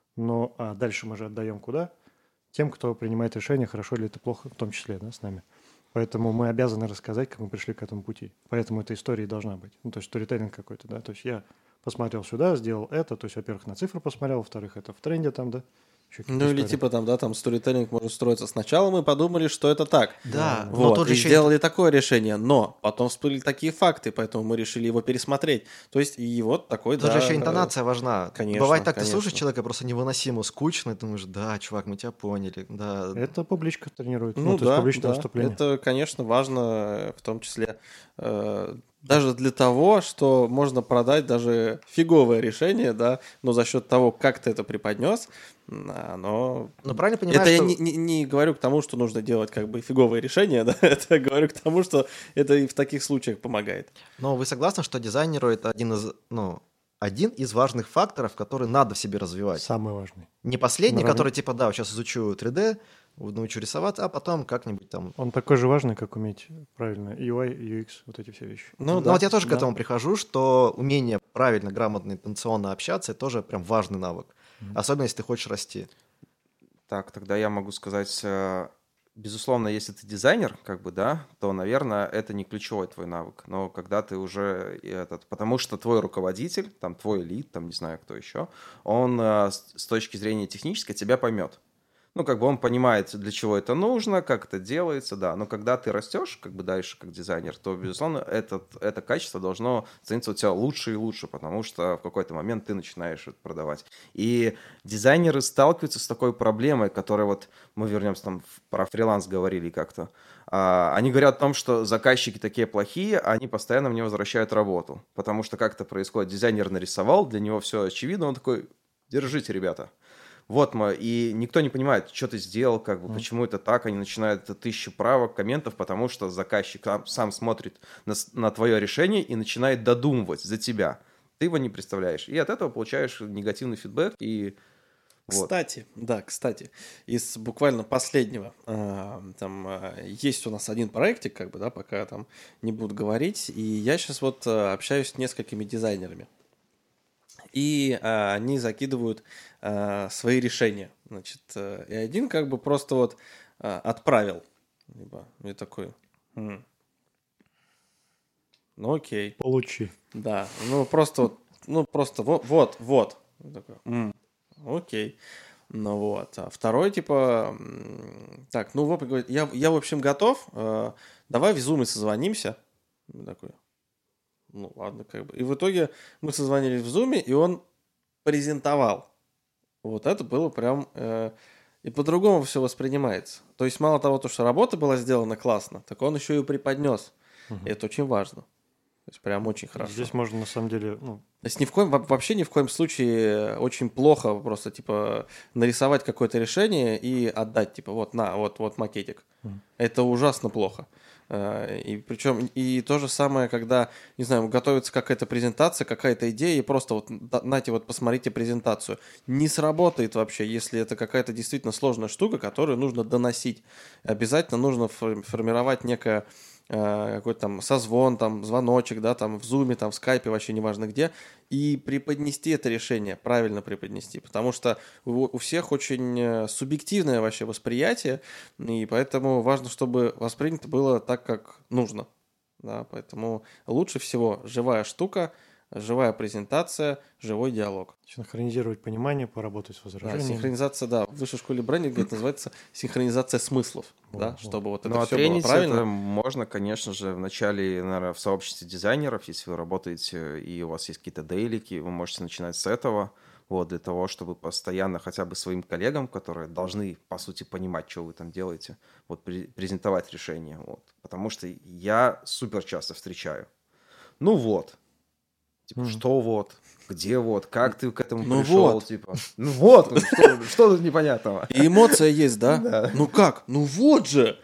Но а дальше мы же отдаем куда? Тем, кто принимает решение, хорошо ли это плохо, в том числе, да, с нами. Поэтому мы обязаны рассказать, как мы пришли к этому пути. Поэтому эта история и должна быть. Ну, то есть сторителлинг какой-то, да. То есть я посмотрел сюда, сделал это. То есть, во-первых, на цифры посмотрел, во-вторых, это в тренде там, да. Еще какие-то Ну или истории. типа там, да, там сторителлинг может строиться. Сначала мы подумали, что это так. Да, но Вот, тут и же еще и- сделали такое решение, но потом всплыли такие факты, поэтому мы решили его пересмотреть. То есть и вот такой, Тут да. же еще интонация важна. конечно, Бывает так, ты конечно. слушаешь человека просто невыносимо скучно, и думаешь, да, чувак, мы тебя поняли. Да. Это публичка тренирует. Ну, Ну, то да, есть публичное да. выступление. Это, конечно, важно, э, в том числе э, даже для того, что можно продать даже фиговое решение, да, но за счет того, как ты это преподнес, м, оно... Но правильно понимаешь, Это я что... не, не- не говорю к тому, что нужно делать как бы фиговые решения, да, это я говорю к тому, что это и в таких случаях помогает. Но вы согласны, что дизайнеру это один из, ну, один из важных факторов, который надо в себе развивать? Самый важный. Не последний, Наравне. который типа, да, сейчас изучу три дэ, научу рисовать, а потом как-нибудь там... Он такой же важный, как уметь правильно ю ай, ю экс, вот эти все вещи. Ну, Ну, да, вот я тоже к да. этому прихожу, что умение правильно, грамотно, интенционно общаться – это тоже прям важный навык. Особенно, если ты хочешь расти. Так, тогда я могу сказать, э, безусловно, если ты дизайнер, как бы, да, то, наверное, это не ключевой твой навык. Но когда ты уже и этот, потому что твой руководитель, там твой лид, там не знаю кто еще, он э, с с точки зрения технической тебя поймет. Ну, как бы он понимает, для чего это нужно, как это делается, да. Но когда ты растешь, как бы дальше, как дизайнер, то, безусловно, этот, это качество должно становиться у тебя лучше и лучше, потому что в какой-то момент ты начинаешь это продавать. И дизайнеры сталкиваются с такой проблемой, которая вот, мы вернемся там, в- про фриланс говорили как-то. А, Они говорят о том, что заказчики такие плохие, а они постоянно мне возвращают работу. Потому что как это происходит? Дизайнер нарисовал, для него все очевидно, он такой, держите, ребята. Вот мы, и никто не понимает, что ты сделал, как бы, почему это так, они начинают тысячу правок, комментов, потому что заказчик сам, сам смотрит на, с- на твое решение и начинает додумывать за тебя. Ты его не представляешь. И от этого получаешь негативный фидбэк, и вот. Кстати, да, кстати, из буквально последнего, а, там а, есть у нас один проектик, как бы, да, пока там не буду говорить, и я сейчас вот а, общаюсь с несколькими дизайнерами, и а, они закидывают а, свои решения, значит, а, и один как бы просто вот а, отправил, либо я такой, «М, ну окей». Получи. Да, ну просто вот, ну просто вот, вот, вот. Я такой, «М, окей. Ну вот. А второй, типа, м, так, ну вот, говорит, я, я, в общем, готов, э, давай в Zoom созвонимся. Я такой, ну ладно, как бы. И в итоге мы созвонились в Zoom, и он презентовал. Вот это было прям... э, и по-другому все воспринимается. То есть мало того, то, что работа была сделана классно, так он еще и преподнес. Мгм. И это очень важно. То есть прям очень хорошо. Здесь можно на самом деле, ну, То есть ни в коем, во- вообще ни в коем случае очень плохо просто, типа, нарисовать какое-то решение и отдать, типа, вот, на, вот, вот макетик. Мгм. Это ужасно плохо. Э, И причем, и то же самое, когда, не знаю, готовится какая-то презентация, какая-то идея, и просто вот, да- нате, вот посмотрите презентацию. Не сработает вообще, если это какая-то действительно сложная штука, которую нужно доносить. Обязательно нужно фор- формировать некое э, какой-то там созвон, там, звоночек, да, там, в зуме, там, в скайпе, вообще неважно где, и преподнести это решение, правильно преподнести, потому что у, у всех очень э, субъективное вообще восприятие, и поэтому важно, чтобы воспринято было так, как нужно, да, поэтому лучше всего живая штука, живая презентация, живой диалог. синхронизировать понимание, поработать с Да, возражениями. синхронизация, да, в высшей школе брендинга это называется синхронизация смыслов, Во, да, во. чтобы вот Ну, это а все было тренить правильно. это можно, конечно же, в начале, наверное, в сообществе дизайнеров, если вы работаете и у вас есть какие-то дейлики, вы можете начинать с этого, вот, для того, чтобы постоянно хотя бы своим коллегам, которые должны, по сути, понимать, что вы там делаете, вот, пре- презентовать решение, вот. Потому что я супер часто встречаю. Ну вот, типа, Мгм. что вот, где вот, как ты к этому Ну пришел, вот. типа, ну вот, ну что, что тут непонятного? И эмоция есть, да? Да. Ну как? Ну вот же!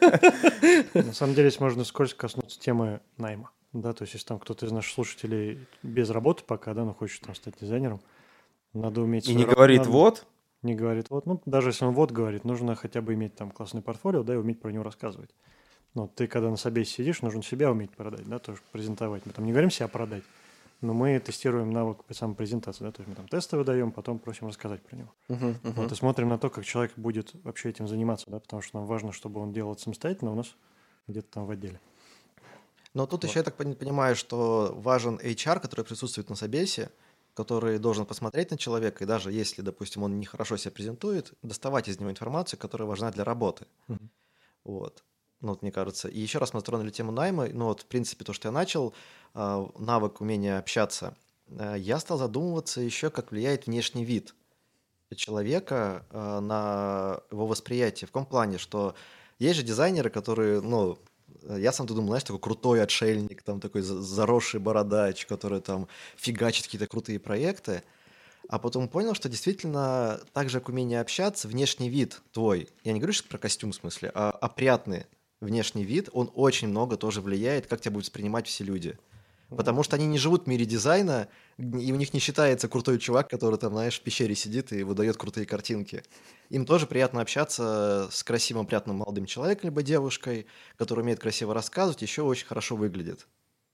На самом деле здесь можно скользко коснуться темы найма. Да, то есть если там кто-то из наших слушателей без работы пока, да, но хочет там стать дизайнером, надо уметь... И свою не раб- говорит надо- вот, Не говорит вот. Ну, даже если он вот говорит, нужно хотя бы иметь там классное портфолио, да, и уметь про него рассказывать. Но ты, когда на собесе сидишь, нужно себя уметь продать, да, тоже презентовать. Мы там не говорим себя продать, но мы тестируем навык самопрезентации, да, то есть мы там тесты выдаем, потом просим рассказать про него. Мгм, мгм. Вот, и смотрим на то, как человек будет вообще этим заниматься, да, потому что нам важно, чтобы он делал это самостоятельно у нас где-то там в отделе. Но тут еще я так пони- понимаю, что важен эйч ар, который присутствует на собесе, который должен посмотреть на человека, и даже если, допустим, он нехорошо себя презентует, доставать из него информацию, которая важна для работы. Мгм. Вот. Ну, вот мне кажется. И еще раз мы затронули тему найма. Ну, вот, в принципе, то, что я начал, а, навык умения общаться, а, я стал задумываться еще, как влияет внешний вид человека а, на его восприятие. В каком плане, что есть же дизайнеры, которые, ну, я сам думал, знаешь, такой крутой отшельник, там такой за- заросший бородач, который там фигачит какие-то крутые проекты, а потом понял, что действительно так же, как умение общаться, внешний вид твой, я не говорю сейчас про костюм в смысле, а опрятный внешний вид, он очень много тоже влияет, как тебя будут воспринимать все люди. Потому что они не живут в мире дизайна, и у них не считается крутой чувак, который там, знаешь, в пещере сидит и выдает крутые картинки. Им тоже приятно общаться с красивым, опрятным молодым человеком, либо девушкой, которая умеет красиво рассказывать, еще очень хорошо выглядит.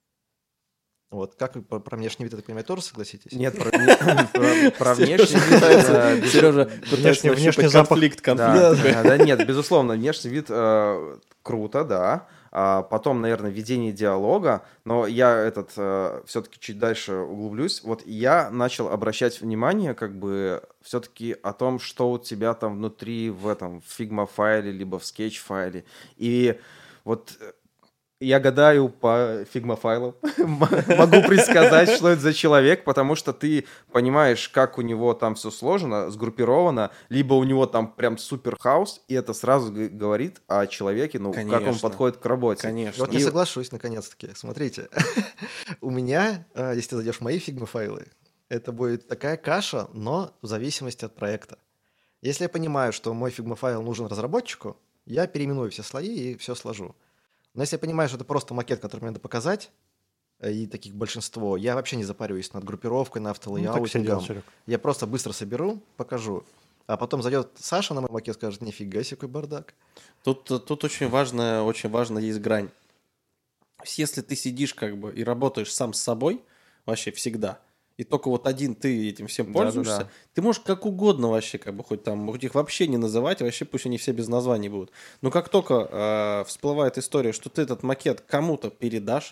Вот, как вы про, про внешний вид, я так понимаю, тоже согласитесь? нет, про, про- про внешний вид, э, без- Сережа пытается внешний нащупать запах. конфликт, Да, конфликт. да, да, нет, безусловно, внешний вид э, круто, да. А потом, наверное, ведение диалога, но я этот все-таки чуть дальше углублюсь. Вот я начал обращать внимание, как бы, все-таки о том, что у тебя там внутри в этом в Figma файле либо в Sketch файле. И вот э, я гадаю по Figma файлам, могу предсказать, что это за человек, потому что ты понимаешь, как у него там все сложено, сгруппировано, либо у него там прям супер хаос, и это сразу г- говорит о человеке, ну, как он Конечно. подходит к работе. Конечно. Вот я И- соглашусь, наконец-таки. Смотрите, у меня, э, если ты зайдешь в мои фигма-файлы, это будет такая каша, но в зависимости от проекта. Если я понимаю, что мой фигма-файл нужен разработчику, я переименую все слои и все сложу. Но если я понимаю, что это просто макет, который мне надо показать, э, и таких большинство, я вообще не запариваюсь над группировкой, на Ну, так все автолейаутингом. делал, Серег. Я просто быстро соберу, покажу. А потом зайдет Саша на мой макет и скажет, нифига себе, какой бардак. Тут, тут очень важно, очень важно есть грань. То есть, если ты сидишь как бы и работаешь сам с собой, вообще всегда, и только вот один ты этим всем Да-да-да. пользуешься, ты можешь как угодно вообще, как бы хоть там, хоть их вообще не называть, вообще пусть они все без названий будут. Но как только э, всплывает история, что ты этот макет кому-то передашь,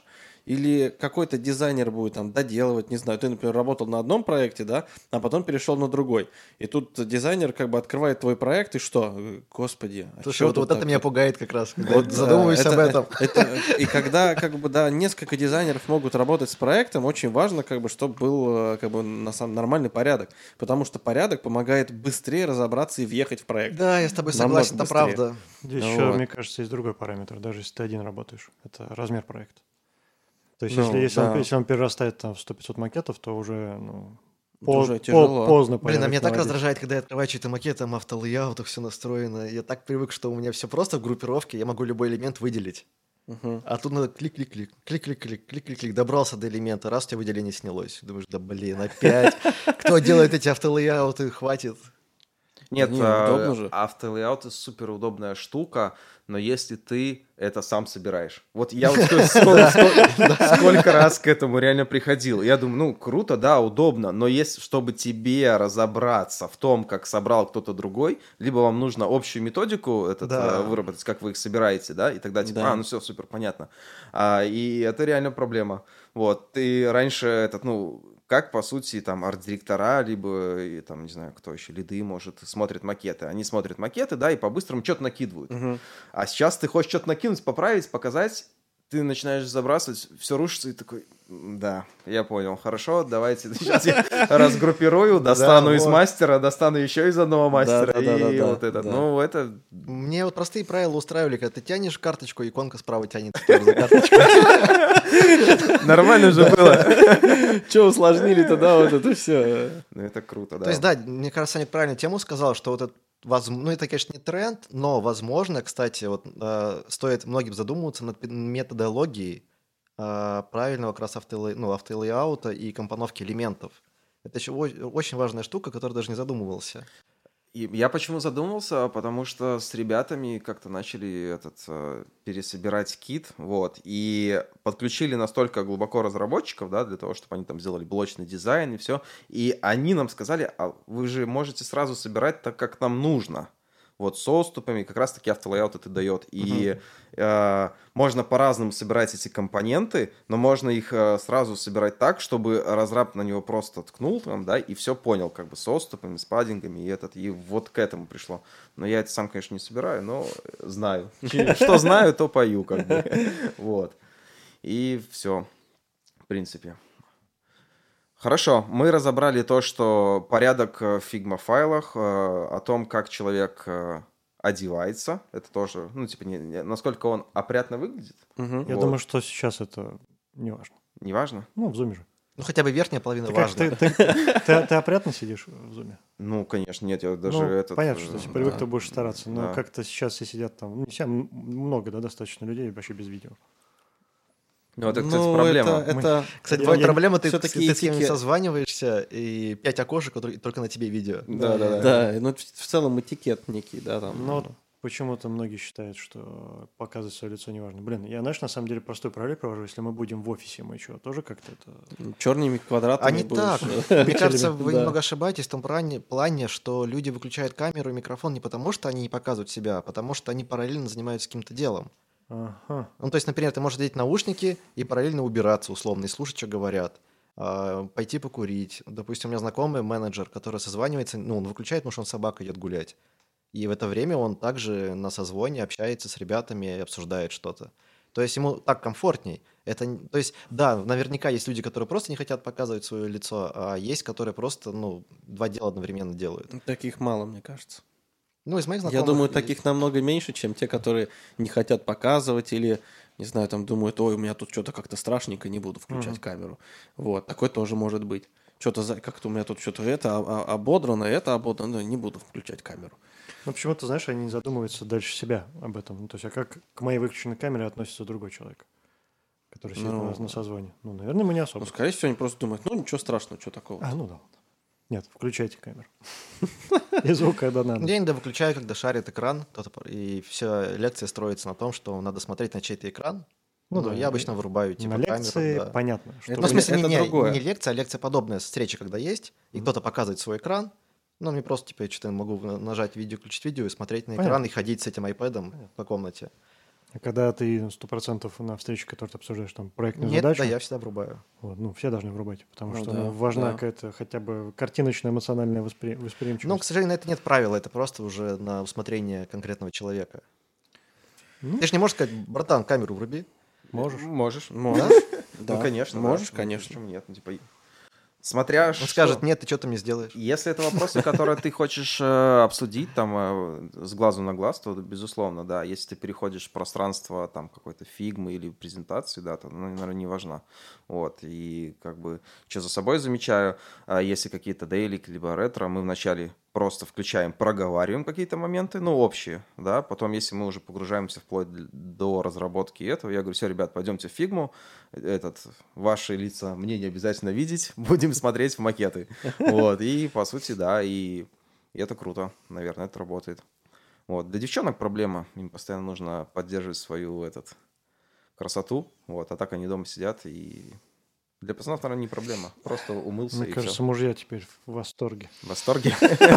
или какой-то дизайнер будет там доделывать, не знаю, ты, например, работал на одном проекте, да, а потом перешел на другой. И тут дизайнер как бы открывает твой проект, и что? Господи, а Слушай, чё вот, тут вот это так? меня пугает как раз, когда Вот, я задумываюсь да, об это- этом. это- и когда как бы да несколько дизайнеров могут работать с проектом, очень важно как бы чтобы был э, как бы на самом нормальный порядок, потому что порядок помогает быстрее разобраться и въехать в проект. Да, я с тобой Намного согласен, это быстрее. правда. Здесь Ну еще, вот. мне кажется, есть другой параметр, даже если ты один работаешь. Это размер проекта. То есть, Ну, если, если, да. он, если он перерастает там, в сто-пятьсот макетов, то уже, ну, Это уже по- тяжело. поздно Блин, а порядок меня так наводить. раздражает, когда я открываю чьи-то макеты, там автолейаутах все настроено. Я так привык, что у меня все просто в группировке, я могу любой элемент выделить. Мгм. А тут надо клик-клик-клик, клик-клик-клик, клик-клик-клик, добрался до элемента, раз у тебя выделение снялось. Думаешь, да блин, опять. Кто делает эти автолейауты, хватит. Нет, Не, а, удобно же. автолейаут это супер удобная штука, но если ты это сам собираешь. Вот я вот сколько, сколько- сколько- сколько раз к этому реально приходил. Я думаю, ну, круто, да, удобно, но если, чтобы тебе разобраться в том, как собрал кто-то другой, либо вам нужно общую методику этот, Да. э, выработать, как вы их собираете, да, и тогда типа, Да. а, ну все, супер, понятно. А, и это реально проблема. Вот, ты раньше этот, ну, как, по сути, там, арт-директора, либо, и, там, не знаю, кто еще, лиды, может, смотрят макеты. Они смотрят макеты, да, и по-быстрому что-то накидывают. Мгм. А сейчас ты хочешь что-то накинуть, поправить, показать, ты начинаешь забрасывать, все рушится, и такой, «М, да, я понял, хорошо, давайте сейчас я разгруппирую, достану из вот. мастера, достану еще из одного мастера, и Да-да-да-да-да, вот это. да. Ну, это Мне вот простые правила устраивали, когда ты тянешь карточку, иконка справа тянется тоже за карточку. нормально же было. Че усложнили-то, да, вот это все. Ну, это круто, да. То есть, да, мне кажется, Саня правильную тему сказал, что вот это, воз- ну, это, конечно, не тренд, но, возможно, кстати, вот э, стоит многим задумываться над пи- методологией э, правильного как раз автолей- ну, автолейаута и компоновки элементов. Это еще о- очень важная штука, которая даже не задумывался. И я почему задумался, потому что с ребятами как-то начали этот э, пересобирать кит, вот, и подключили настолько глубоко разработчиков, да, для того, чтобы они там сделали блочный дизайн и все, и они нам сказали, а вы же можете сразу собирать так, как нам нужно, вот, с отступами, как раз-таки автолейаут это дает, и э, можно по-разному собирать эти компоненты, но можно их э, сразу собирать так, чтобы разраб на него просто ткнул там, да, и все понял, как бы с отступами, с паддингами, и этот, и вот к этому пришло. Но я это сам, конечно, не собираю, но знаю. Что знаю, то пою, как бы. Вот. И все, в принципе. Хорошо, мы разобрали то, что порядок в фигма-файлах, э, о том, как человек э, одевается, это тоже, ну, типа, не- не- насколько он опрятно выглядит, Я Вот. думаю, что сейчас это не важно. неважно. Ну, в зуме же. Ну, хотя бы верхняя половина Ты, как, важна. ты, ты- ты- ты опрятно сидишь в зуме? Ну, конечно, нет, я даже Ну, этот... понятно, что э, если привык, да. то будешь стараться. Но Да. как-то сейчас все сидят там, ну, не все, м- много, да, достаточно людей вообще без видео. Ну, это, кстати, Ну, проблема. это, это- Кстати, Я- бывает я- проблема, ты, всё-таки ты с кем-нибудь этикет. созваниваешься, и пять окошек, которые только на тебе видео. Да-да-да. Да, ну в в целом этикет некий, да, там. Но вот почему-то многие считают, что показывать свое лицо не важно. Блин, я, знаешь, на самом деле простой параллель провожу. Если мы будем в офисе, мы что, тоже как-то это... Черными квадратами А не будешь, так. э, Мне кажется, вы Да. немного ошибаетесь в том плане, плане, что люди выключают камеру и микрофон не потому, что они не показывают себя, а потому что они параллельно занимаются каким-то делом. Ага. Ну, то есть, например, ты можешь надеть наушники и параллельно убираться условно, и слушать, что говорят. А, пойти покурить. Допустим, у меня знакомый менеджер, который созванивается, ну, он выключает, потому что он с собакой идет гулять. И в это время он также на созвоне общается с ребятами и обсуждает что-то. То есть ему так комфортней. Это, н- то есть, да, наверняка есть люди, которые просто не хотят показывать свое лицо, а есть, которые просто, ну, два дела одновременно делают. Таких мало, мне кажется. Ну, из моих знакомых... Я думаю, и- таких намного меньше, чем те, которые не хотят показывать или, не знаю, там думают, ой, у меня тут что-то как-то страшненько, не буду включать Мгм. камеру. Вот, такое тоже может быть. Что-то за... как-то у меня тут что-то это а- а- ободрано, это ободрано, ну, не буду включать камеру. Ну, почему-то, знаешь, они не задумываются дальше себя об этом. Ну, то есть, а как к моей выключенной камере относится другой человек, который сидит Ну, на, на созвоне? Ну, наверное, мы не особо. Ну, скорее всего, они просто думают, ну, ничего страшного, что такого. А, ну да. Нет, включайте камеру. И звук, когда надо. Я иногда выключаю, когда шарит экран, кто-то по- и вся лекция строится на том, что надо смотреть на чей-то экран. Ну Ну, да, я обычно вырубаю типа На камеру. лекции да. понятно, что... Это Ну, в смысле, это не, не- другое. не лекция, а лекция подобная, встреча, когда есть, и кто-то показывает свой экран. Ну, мне просто, типа, я что-то могу на- нажать видео, включить видео и смотреть на экран Понятно. и ходить с этим айпэдом по комнате. А когда ты сто процентов на встрече, которую ты обсуждаешь, там, проектную Нет, задачу, да, я всегда врубаю. вот, ну, все должны врубать, потому Ну что да, ну, важна да. какая-то хотя бы картиночная эмоциональная воспри- Ну, к восприимчивость. сожалению, на это нет правила, это просто уже на усмотрение конкретного человека. Ну, Ты же не можешь сказать, братан, камеру вруби. можешь. Можешь. Можешь? Да. Ну, конечно, да. Можешь, Ну, конечно. Почему нет? Ну, типа, смотря Он что. скажет, нет, ты что-то мне сделаешь. Если это вопросы, которые ты хочешь э, обсудить там э, с глазу на глаз, то безусловно, да. Если ты переходишь в пространство там какой-то фигмы или презентации, да, то, ну, наверное, не важно. Вот. И как бы, что за собой замечаю, э, если какие-то дейлики либо ретро, мы вначале просто включаем, проговариваем какие-то моменты, ну, общие, да. Потом, если мы уже погружаемся вплоть до разработки этого, я говорю, все, ребят, пойдемте в фигму, этот, ваши лица мне не обязательно видеть, будем смотреть в макеты. Вот, и по сути, да, и, и это круто, наверное, это работает. Вот, для девчонок проблема, им постоянно нужно поддерживать свою этот, красоту, вот, а так они дома сидят, и для пацанов, наверное, не проблема, просто умылся Мне и кажется, все. мужья теперь в восторге. В восторге?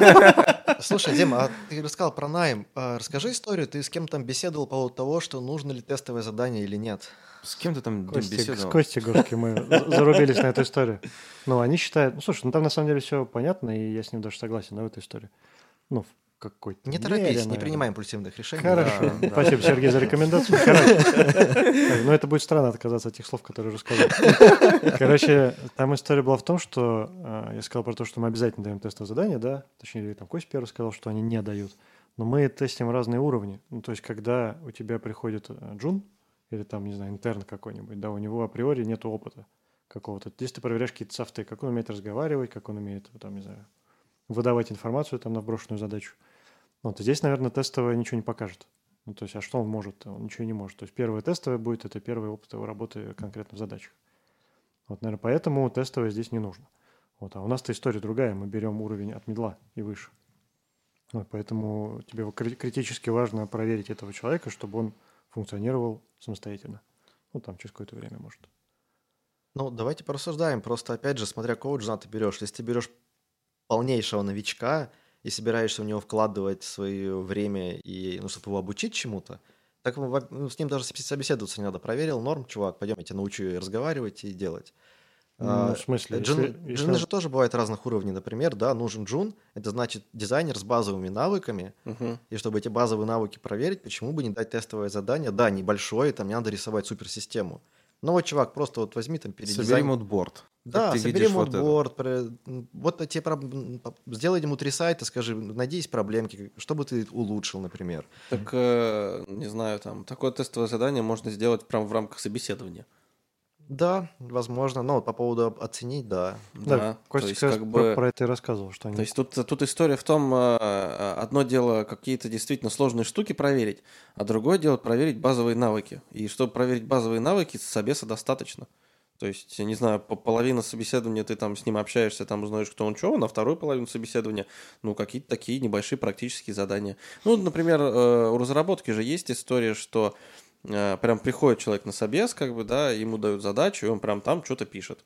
Слушай, Дима, а ты рассказал про найм. А расскажи историю, ты с кем там беседовал по поводу того, что нужно ли тестовое задание или нет? С кем ты там Дим, Костя, с беседовал? Костей Горским мы за- зарубились на эту историю. Ну, они считают... Ну, слушай, ну там на самом деле все понятно, и я с ним даже согласен, да, в этой истории. Ну, в какой-то Не мере, торопись, не наверное. принимай импульсивных решений. Хорошо. Да, да. Спасибо, Сергей, за рекомендацию. Короче. Так, ну, это будет странно отказаться от тех слов, которые уже сказал. Короче, там история была в том, что э, я сказал про то, что мы обязательно даем тестовое задание, да, точнее, там Костя первый сказал, что они не дают. Но мы тестим разные уровни. Ну, то есть, когда у тебя приходит э, джун или там, не знаю, интерн какой-нибудь, да, у него априори нет опыта какого-то. Здесь ты проверяешь какие-то софты, как он умеет разговаривать, как он умеет, там, не знаю, выдавать информацию там на вброшенную задачу. Вот здесь, наверное, тестовое ничего не покажет. Ну, то есть, а что он может? Он ничего не может. То есть, первое тестовое будет, это первый опыт его работы конкретно в задачах. Вот, наверное, поэтому тестовое здесь не нужно. Вот, а у нас-то история другая. Мы берем уровень от медла и выше. Вот, поэтому тебе кри- критически важно проверить этого человека, чтобы он функционировал самостоятельно. Ну, там, через какое-то время, может. Ну, давайте порассуждаем. Просто, опять же, смотря какого джуна ты берешь. Если ты берешь полнейшего новичка и собираешься в него вкладывать свое время, и, ну, чтобы его обучить чему-то, так во- ну, с ним даже собеседоваться не надо. Проверил, норм, чувак, пойдем, я тебя научу и разговаривать, и делать. Ну, А, в смысле, джун- если, если джуны он- же тоже бывают разных уровней. Например, да, нужен джун, это значит дизайнер с базовыми навыками, Мгм. и чтобы эти базовые навыки проверить, почему бы не дать тестовое задание? Да, небольшое, там не надо рисовать суперсистему. Но вот, чувак, просто вот возьми там Собери передизайн. мудборд. Да, Как ты собери видишь вот это? мудборд, пре- м, вот тебе проб- м, по- сделай ему три сайта, скажи, найди есть проблемки, что бы ты улучшил, например. Так, э, не знаю, там, такое тестовое задание можно сделать прямо в рамках собеседования. Да, возможно, но вот по поводу об- оценить, да. Да, Да, то Костя есть как раз как про, бы... про это и рассказывал, что они... То есть тут, тут история в том, э, э, одно дело какие-то действительно сложные штуки проверить, а другое дело проверить базовые навыки. И чтобы проверить базовые навыки, собеса достаточно. То есть, не знаю, по половина собеседования ты там с ним общаешься, там узнаешь, кто он, что, на вторую половину собеседования, ну, какие-то такие небольшие практические задания. Ну, например, э, у разработки же есть история, что э, прям приходит человек на собес, как бы, да, ему дают задачу, и он прям там что-то пишет.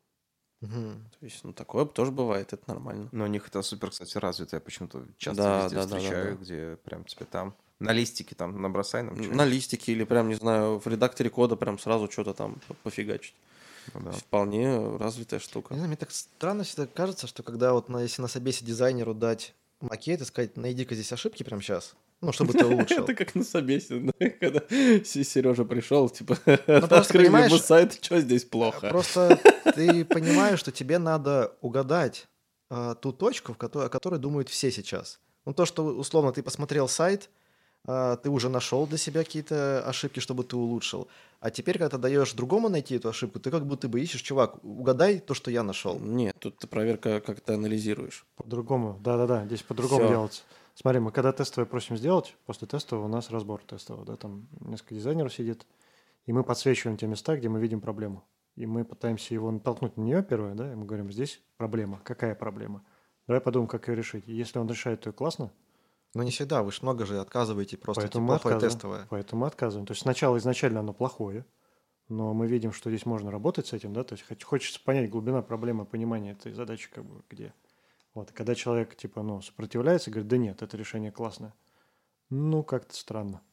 Мгм. То есть, ну, такое тоже бывает, это нормально. Но у них это супер, кстати, развито. Я почему-то часто Да, везде да, да, да, встречаю, да. где прям тебе там на листике там набросай нам На что-нибудь. листике или прям, не знаю, в редакторе кода прям сразу что-то там по- пофигачить. Ну То да. есть вполне развитая Не штука. знаю, мне так странно всегда кажется, что когда вот на, если на собесе дизайнеру дать макет и сказать, найди-ка здесь ошибки прямо сейчас, ну, чтобы ты улучшил. Это как на собесе, да, когда Сережа пришел, типа, Ну, просто открыли ему понимаешь, сайт, что здесь плохо. Просто ты понимаешь, что тебе надо угадать а, ту точку, в которой, о которой думают все сейчас. Ну, то, что, условно, ты посмотрел сайт, а, ты уже нашел для себя какие-то ошибки, чтобы ты улучшил. А теперь, когда ты даешь другому найти эту ошибку, ты как будто бы ищешь, чувак, угадай то, что я нашел. Нет, тут ты проверка, как ты анализируешь. По-другому, да-да-да, здесь по-другому Всё. делается. Смотри, мы когда тестовое просим сделать, после тестового у нас разбор тестового, да, там несколько дизайнеров сидит, и мы подсвечиваем те места, где мы видим проблему. И мы пытаемся его натолкнуть на нее первое, да, и мы говорим, здесь проблема. Какая проблема? Давай подумаем, как ее решить. И если он решает, то классно, Но не всегда, вы же много же отказываете, просто поэтому типа мы плохое отказываем. тестовое. Поэтому мы отказываем. То есть сначала изначально оно плохое, но мы видим, что здесь можно работать с этим, да, то есть хоч- хочется понять глубина проблемы, понимания этой задачи, как бы, где. Вот, и когда человек, типа, ну, сопротивляется, говорит, да нет, это решение классное. Ну, как-то странно.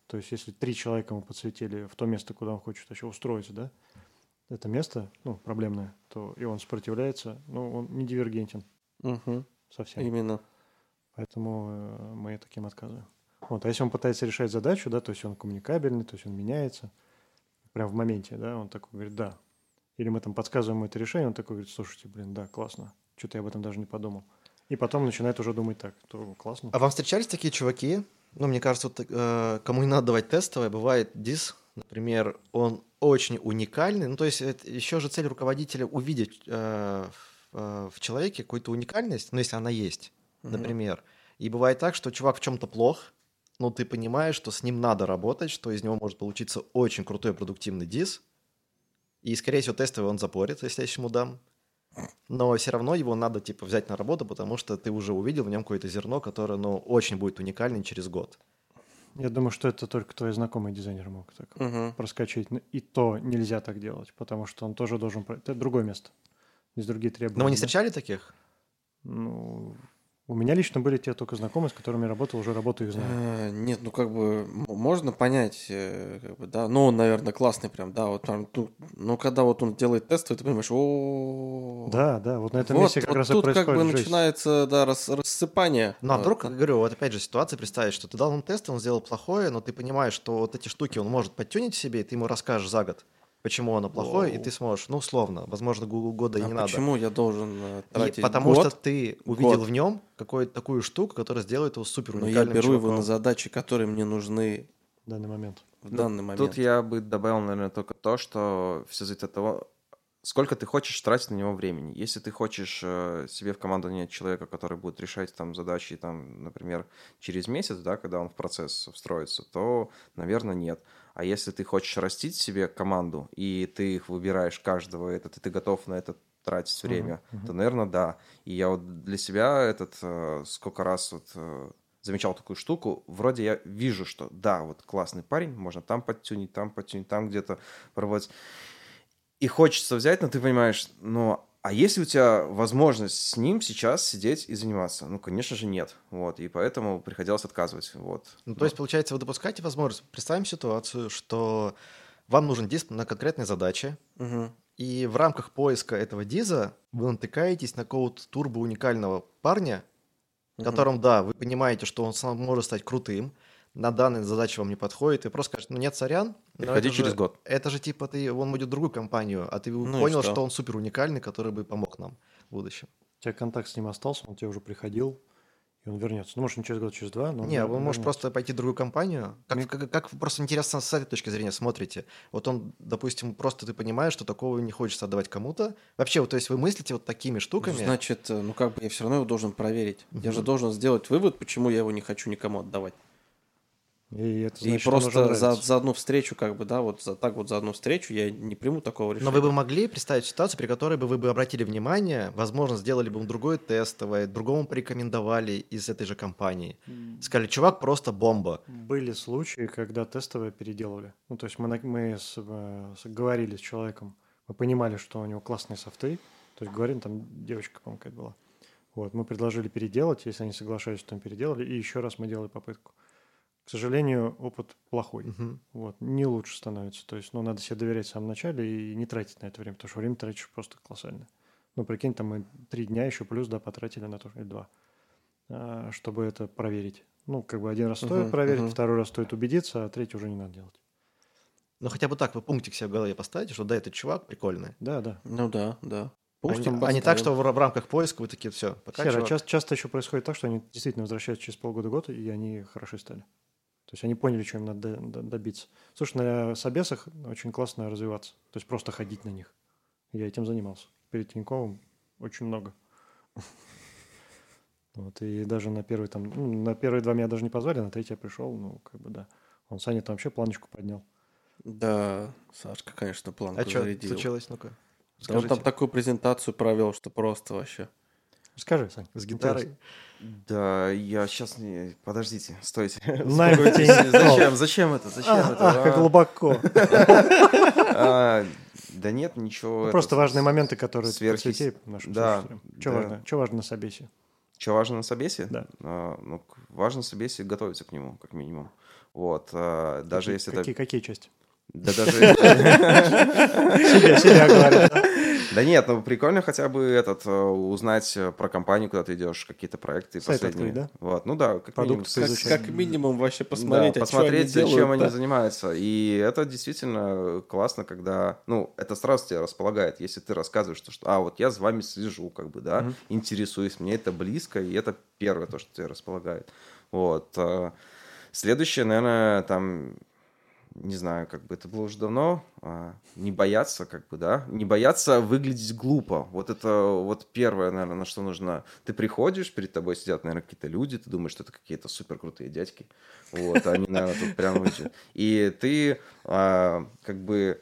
То есть если три человека ему подсветили в то место, куда он хочет еще устроиться, да, это место, ну, проблемное, то и он сопротивляется, ну, он не дивергентен Угу. совсем. Именно. Поэтому э, мы таким отказываем. Вот, а если он пытается решать задачу, да, то есть он коммуникабельный, то есть он меняется, прям в моменте, да, он такой говорит, да. Или мы там подсказываем ему это решение, он такой говорит, слушайте, блин, да, классно, что-то я об этом даже не подумал. И потом начинает уже думать так, то классно. А вам встречались такие чуваки? Ну, мне кажется, вот, э, кому не надо давать тестовое, бывает дис, например, он очень уникальный. Ну, то есть это еще же цель руководителя увидеть э, в, э, в человеке какую-то уникальность, ну, если она есть, Мгм. например. И бывает так, что чувак в чем-то плох, но ты понимаешь, что с ним надо работать, что из него может получиться очень крутой продуктивный дис, и, скорее всего, тестовый он запорит, если я ему дам. Но все равно его надо, типа, взять на работу, потому что ты уже увидел в нем какое-то зерно, которое, ну, очень будет уникальным через год. Я думаю, что это только твой знакомый дизайнер мог так Мгм. проскочить. И то нельзя так делать, потому что он тоже должен... про- Это другое место. Здесь другие требования. Но вы не да. встречали таких? Ну, у меня лично были те только знакомые, с которыми я работал, уже работу их знаю. Э, Нет, ну как бы м- можно понять, э, как бы, да, ну он, наверное, классный прям, да, вот там, ну, но когда вот он делает тест, ты понимаешь, о, Да, да, вот на этом вот, месте как вот раз и тут как происходит бы жесть. начинается, да, рас- рассыпание. Ну, а Вот, вдруг, да. говорю, вот опять же ситуация, представить, что ты дал ему тест, он сделал плохое, но ты понимаешь, что вот эти штуки он может подтюнить себе, и ты ему расскажешь за год, почему оно плохое, и Воу. ты сможешь, ну, условно, возможно, гу- года и А не надо. почему я должен э, И тратить потому год, что ты увидел год. в нем какую-то такую штуку, которая сделает его супер но я уникальным беру его чуваком. на задачи, которые мне нужны В данный момент. в Ну, данный момент. Тут я бы добавил, наверное, только то, что все зависит от того, сколько ты хочешь тратить на него времени. Если ты хочешь э, себе в команду нанять человека, который будет решать там задачи, там, например, через месяц, да, когда он в процесс встроится, то, наверное, нет. А если ты хочешь растить себе команду, и ты их выбираешь каждого, этот, и ты готов на это тратить время, Мгм, мгм. то, наверное, да. И я вот для себя этот э, сколько раз вот э, замечал такую штуку, вроде я вижу, что да, вот классный парень, можно там подтюнить, там подтюнить, там где-то поработать. И хочется взять, но ты понимаешь, ну, а есть ли у тебя возможность с ним сейчас сидеть и заниматься? Ну, конечно же, нет. Вот, и поэтому приходилось отказывать. Вот. Ну, то есть, получается, вы допускаете возможность. Представим ситуацию, что вам нужен диск на конкретной задаче, Мгм. и в рамках поиска этого диза вы натыкаетесь на какого-то турбо-уникального парня, в Мгм. котором, да, вы понимаете, что он сам может стать крутым, на данной задаче вам не подходит, и просто скажете, ну нет, сорян, но Приходи это через же, год. это же типа ты, он будет в другую компанию, а ты Ну и понял, что? что он супер уникальный, который бы помог нам в будущем. У тебя контакт с ним остался, он тебе уже приходил, и он вернется. Ну, может, не через год, через два, но он Не, вер- вы можете вернется. просто пойти в другую компанию. Как, Мне- как, как вы просто интересно с этой точки зрения смотрите. Вот он, допустим, просто ты понимаешь, что такого не хочется отдавать кому-то. Вообще, вот, то есть вы мыслите вот такими Ну, штуками. значит, э, ну как бы я все равно его должен проверить. Я же Мгм. должен сделать вывод, почему я его не хочу никому отдавать. И это И значит, он уже просто за, нравится. за одну встречу, как бы, да, вот за, так вот за одну встречу я не приму такого решения. Но вы бы могли представить ситуацию, при которой бы вы бы обратили внимание, возможно, сделали бы ему другое тестовое, другому порекомендовали из этой же компании. Сказали, чувак просто бомба. Были случаи, когда тестовые переделывали. Ну, то есть мы, на- мы с- э, с- говорили с человеком, мы понимали, что у него классные софты, то есть говорим, там девочка, по-моему, какая-то была. Вот, мы предложили переделать, если они соглашались, то переделали, и еще раз мы делали попытку. К сожалению, опыт плохой. Мгм. Вот, не лучше становится. То есть, ну, надо себе доверять в самом начале и не тратить на это время, потому что время тратишь просто колоссально. Ну, прикинь, там мы три дня еще плюс, да, потратили на то, или два, а, чтобы это проверить. Ну, как бы один раз стоит Мгм, проверить, мгм. второй раз стоит убедиться, а третий уже не надо делать. Ну, хотя бы так вы пунктик себе в голове поставите, что да, этот чувак прикольный. Да, да. Ну да, да. А Пунктом не, а не так, поставим. что в, в рамках поиска вы такие, все, пока, Сера, чувак. часто, часто еще происходит так, что они действительно возвращаются через полгода-год, и они хороши стали. То есть они поняли, что им надо до- до- добиться. Слушай, на собесах очень классно развиваться. То есть просто ходить на них. Я этим занимался. Перед Тиньковым очень много. Вот, и даже на первый там, ну, на первые два меня даже не позвали, на третий я пришел, ну, как бы да. Он Саня там вообще планочку поднял. Да, Сашка, конечно, планку А что зарядил. случилось, ну-ка? Да он там Скажите. такую презентацию провел, что просто вообще. Скажи, Сань. С гитарой. Да, я сейчас не... Подождите, стойте. На Успокойтесь. Тинькофф. Зачем? Зачем это? Зачем Ах, это? ах, как А? глубоко. А, Да нет, ничего. Ну, это просто с- важные моменты, которые ты сверхъес- подсвети нашим Да, слушателям. Что да. важно? Что важно на собесе? Что важно на собесе? Да. А, ну, к- важно на собесе готовиться к нему, как минимум. Вот, э, даже Какие, если какие, это... какие части? Да даже... Себя, себя говорят, да? Да нет, ну прикольно хотя бы этот э, узнать э, про компанию, куда ты идешь, какие-то проекты Сайт последние. открыть, да? Вот, ну да, как минимум. Продукт с- Как, поизучать. как минимум вообще Да, посмотреть, а что они посмотреть, зачем делают, они да. занимаются. И это действительно классно, когда, ну, это сразу тебя располагает, если ты рассказываешь, что, что, а, вот я с вами слежу, как бы, да, Мгм. интересуюсь, мне это близко, и это первое то, что тебя располагает. Вот. э, Следующее, наверное, там, не знаю, как бы это было уже давно, а, не бояться, как бы, да, не бояться выглядеть глупо. Вот это вот первое, наверное, на что нужно. Ты приходишь, перед тобой сидят, наверное, какие-то люди, ты думаешь, что это какие-то супер крутые дядьки, вот, а они, наверное, тут прям очень- И ты а, как бы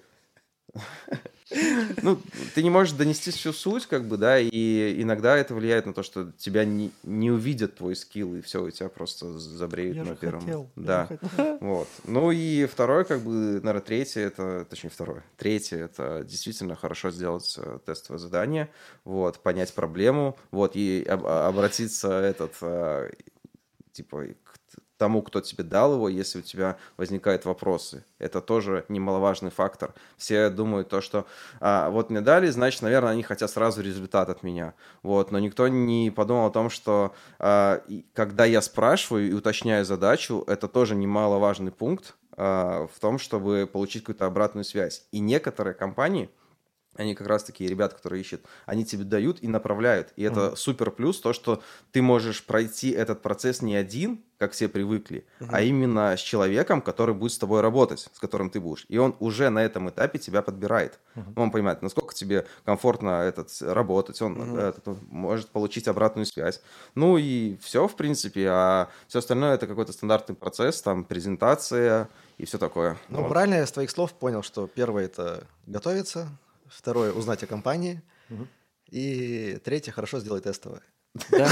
ну, ты не можешь донести всю суть, как бы, да, и иногда это влияет на то, что тебя не, не увидят твой скилл, и все, и тебя просто забреют Я на же первом. хотел. я Да. же хотел. Вот. Ну и второе, как бы, наверное, третье, это, точнее, второе, третье, это действительно хорошо сделать э, тестовое задание, вот, понять проблему, вот, и об- обратиться этот, э, типа, к т- тому, кто тебе дал его, если у тебя возникают вопросы. Это тоже немаловажный фактор. Все думают то, что а, вот мне дали, значит, наверное, они хотят сразу результат от меня. Вот, но никто не подумал о том, что а, и когда я спрашиваю и уточняю задачу, это тоже немаловажный пункт а, в том, чтобы получить какую-то обратную связь. И некоторые компании, они как раз такие ребята, которые ищут, они тебе дают и направляют. И это Мгм. супер плюс, то, что ты можешь пройти этот процесс не один, как все привыкли, а Мгм. именно с человеком, который будет с тобой работать, с которым ты будешь. И он уже на этом этапе тебя подбирает. Мгм. Он понимает, насколько тебе комфортно этот, с- работать, он Мгм. этот, он может получить обратную связь. Ну и все, в принципе, а все остальное это какой-то стандартный процесс, там презентация и все такое. Ну, Вот. правильно я с твоих слов понял, что первое – это готовиться, второе – узнать о компании, Мгм. и третье – хорошо сделать тестовое. Да.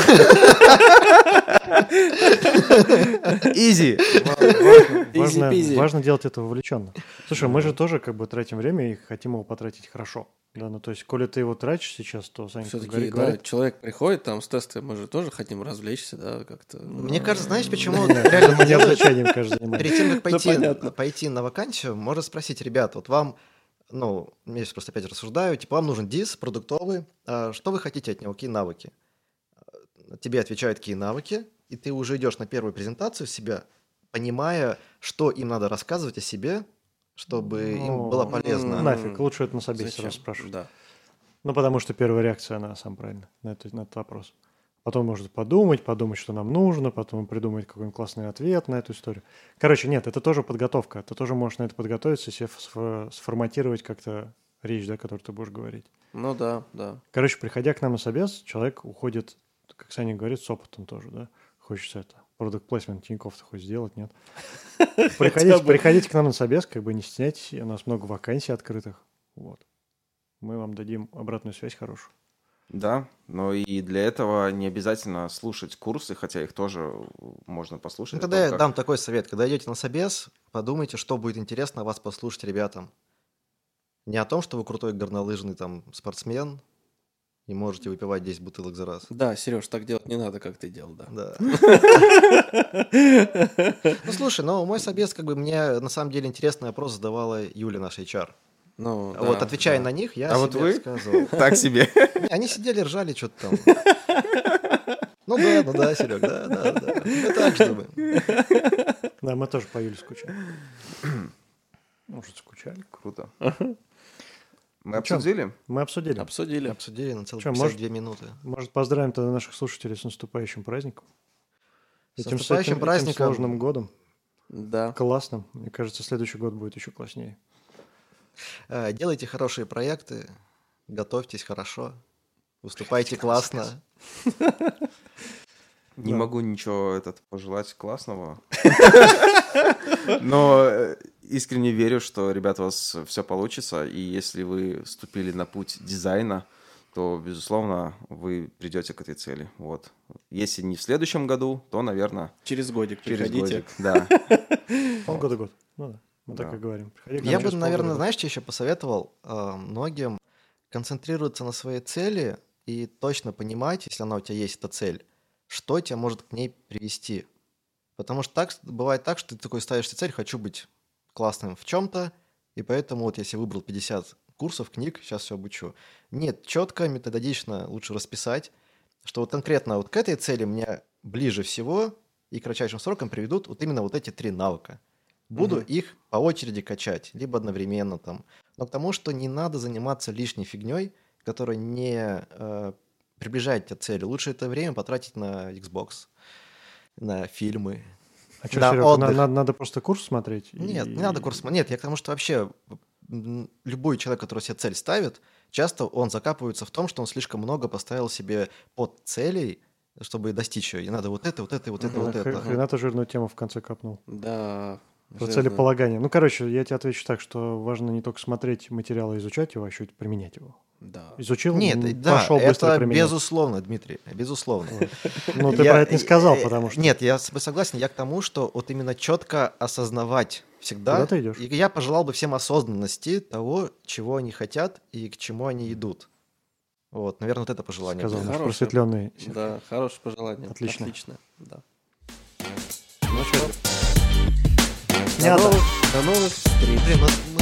Изи! Ва- Важно, Easy-peasy. важно делать это вовлеченно. Слушай, мы же тоже как бы тратим время и хотим его потратить хорошо. Да, ну то есть, коли ты его тратишь сейчас, то Саня Все-таки, говорит, да, говорит, человек приходит там с тестом, мы же тоже хотим развлечься, да, как-то. Мне кажется, знаешь, почему «Нет, реально мы не делают? развлечением, кажется, занимаемся». Перед тем, как Да, пойти, понятно. пойти на вакансию, можно спросить ребят, вот вам, ну, я сейчас просто опять рассуждаю, типа, вам нужен дис продуктовый, а что вы хотите от него, какие навыки? Тебе отвечают, какие навыки, и ты уже идешь на первую презентацию себя, понимая, что им надо рассказывать о себе, чтобы им было Ну, полезно. м, Нафиг, лучше это на собесе Зачем? сразу спрашивать. Да. Ну, потому что первая реакция, она сам правильно на, это, на этот вопрос. Потом может подумать, подумать, что нам нужно, потом придумать какой-нибудь классный ответ на эту историю. Короче, нет, это тоже подготовка. Ты тоже можешь на это подготовиться, себе сф- сформатировать как-то речь, да, которую ты будешь говорить. Ну да, да. Короче, приходя к нам на собес, человек уходит, как Саня говорит, с опытом тоже, да. Хочется это. Product placement Тинькофф-то хоть сделать, нет? Приходите, бы. приходите к нам на собес, как бы не стесняйтесь, у нас много вакансий открытых. Вот. Мы вам дадим обратную связь хорошую. Да, но и для этого не обязательно слушать курсы, хотя их тоже можно послушать. Ну, о тогда том, я как- дам такой совет. Когда идете на собес, подумайте, что будет интересно вас послушать ребятам. Не о том, что вы крутой горнолыжный там спортсмен и можете выпивать десять бутылок за раз. Да, Сереж, так делать не надо, как ты делал, да. Да. Ну, слушай, ну, мой собес, как бы, мне на самом деле интересный вопрос задавала Юля, наш эйч ар. Ну, Вот, да, отвечая да. на них, я А вот себе вы? рассказывал. Так себе. Не, они сидели, ржали что-то там. Ну да, ну да, Серег, да, да, да. Мы так же думаем. Да, мы тоже по Юле скучали. Может, скучали? Круто. Ну, Мы обсудили? Мы обсудили. Обсудили. Обсудили на целых Чё, пятьдесят может- две минуты. Может, поздравим тогда наших слушателей с наступающим праздником? С Этим- наступающим этим- праздником. Этим сложным годом. Да. Классным. Мне кажется, следующий год будет еще класснее. Э, Делайте хорошие проекты, готовьтесь хорошо, выступайте классно. Не Да. могу ничего этот пожелать классного. Но э, искренне верю, что, ребята, у вас все получится. И если вы вступили на путь дизайна, то, безусловно, вы придете к этой цели. Вот. Если не в следующем году, то, наверное, Через годик через приходите. годик. Да. Полгода-год. Ну да, мы так Да. и говорим. Приходи к нам Я бы, через наверное, полгода. знаешь, что еще посоветовал э, многим концентрироваться на своей цели и точно понимать, если она у тебя есть, эта цель, что тебя может к ней привести. Потому что так бывает так, что ты такой ставишь себе цель, хочу быть классным в чем-то, и поэтому вот я себе выбрал пятьдесят курсов, книг, сейчас все обучу. Нет, четко, методично лучше расписать, что вот конкретно вот к этой цели мне ближе всего и кратчайшим сроком приведут вот именно вот эти три навыка. Буду Мгм. их по очереди качать, либо одновременно там. Но к тому, что не надо заниматься лишней фигней, которая не э, приближает тебя к цели. Лучше это время потратить на Xbox, на фильмы, А что, на Серег, отдых. надо, надо просто курс смотреть? Нет, и- не надо курс. Нет, я к тому, что вообще м, любой человек, который себе цель ставит, часто он закапывается в том, что он слишком много поставил себе под целей, чтобы достичь ее. И надо вот это, вот это, вот это, Мгм. вот Хр- это. Хрена ты жирную тему в конце копнул. Да. Про жирно. целеполагание. Ну, короче, я тебе отвечу так, что важно не только смотреть материал и изучать его, а еще и применять его. Да. Изучил, Нет, м, да, пошел быстро это применять. безусловно, Дмитрий, безусловно. Вот. Ну, ты Я- про это не сказал, э, потому что... Нет, я с тобой согласен. Я к тому, что вот именно четко осознавать всегда. Куда ты идешь? И я пожелал бы всем осознанности того, чего они хотят и к чему они идут. Вот, наверное, вот это пожелание. Сказал будет. наш Хорошее. просветленный... Да, хорошее пожелание. Отлично. Отлично. Да. Ну, что, До снято. новых, до новых встреч. Блин, ну,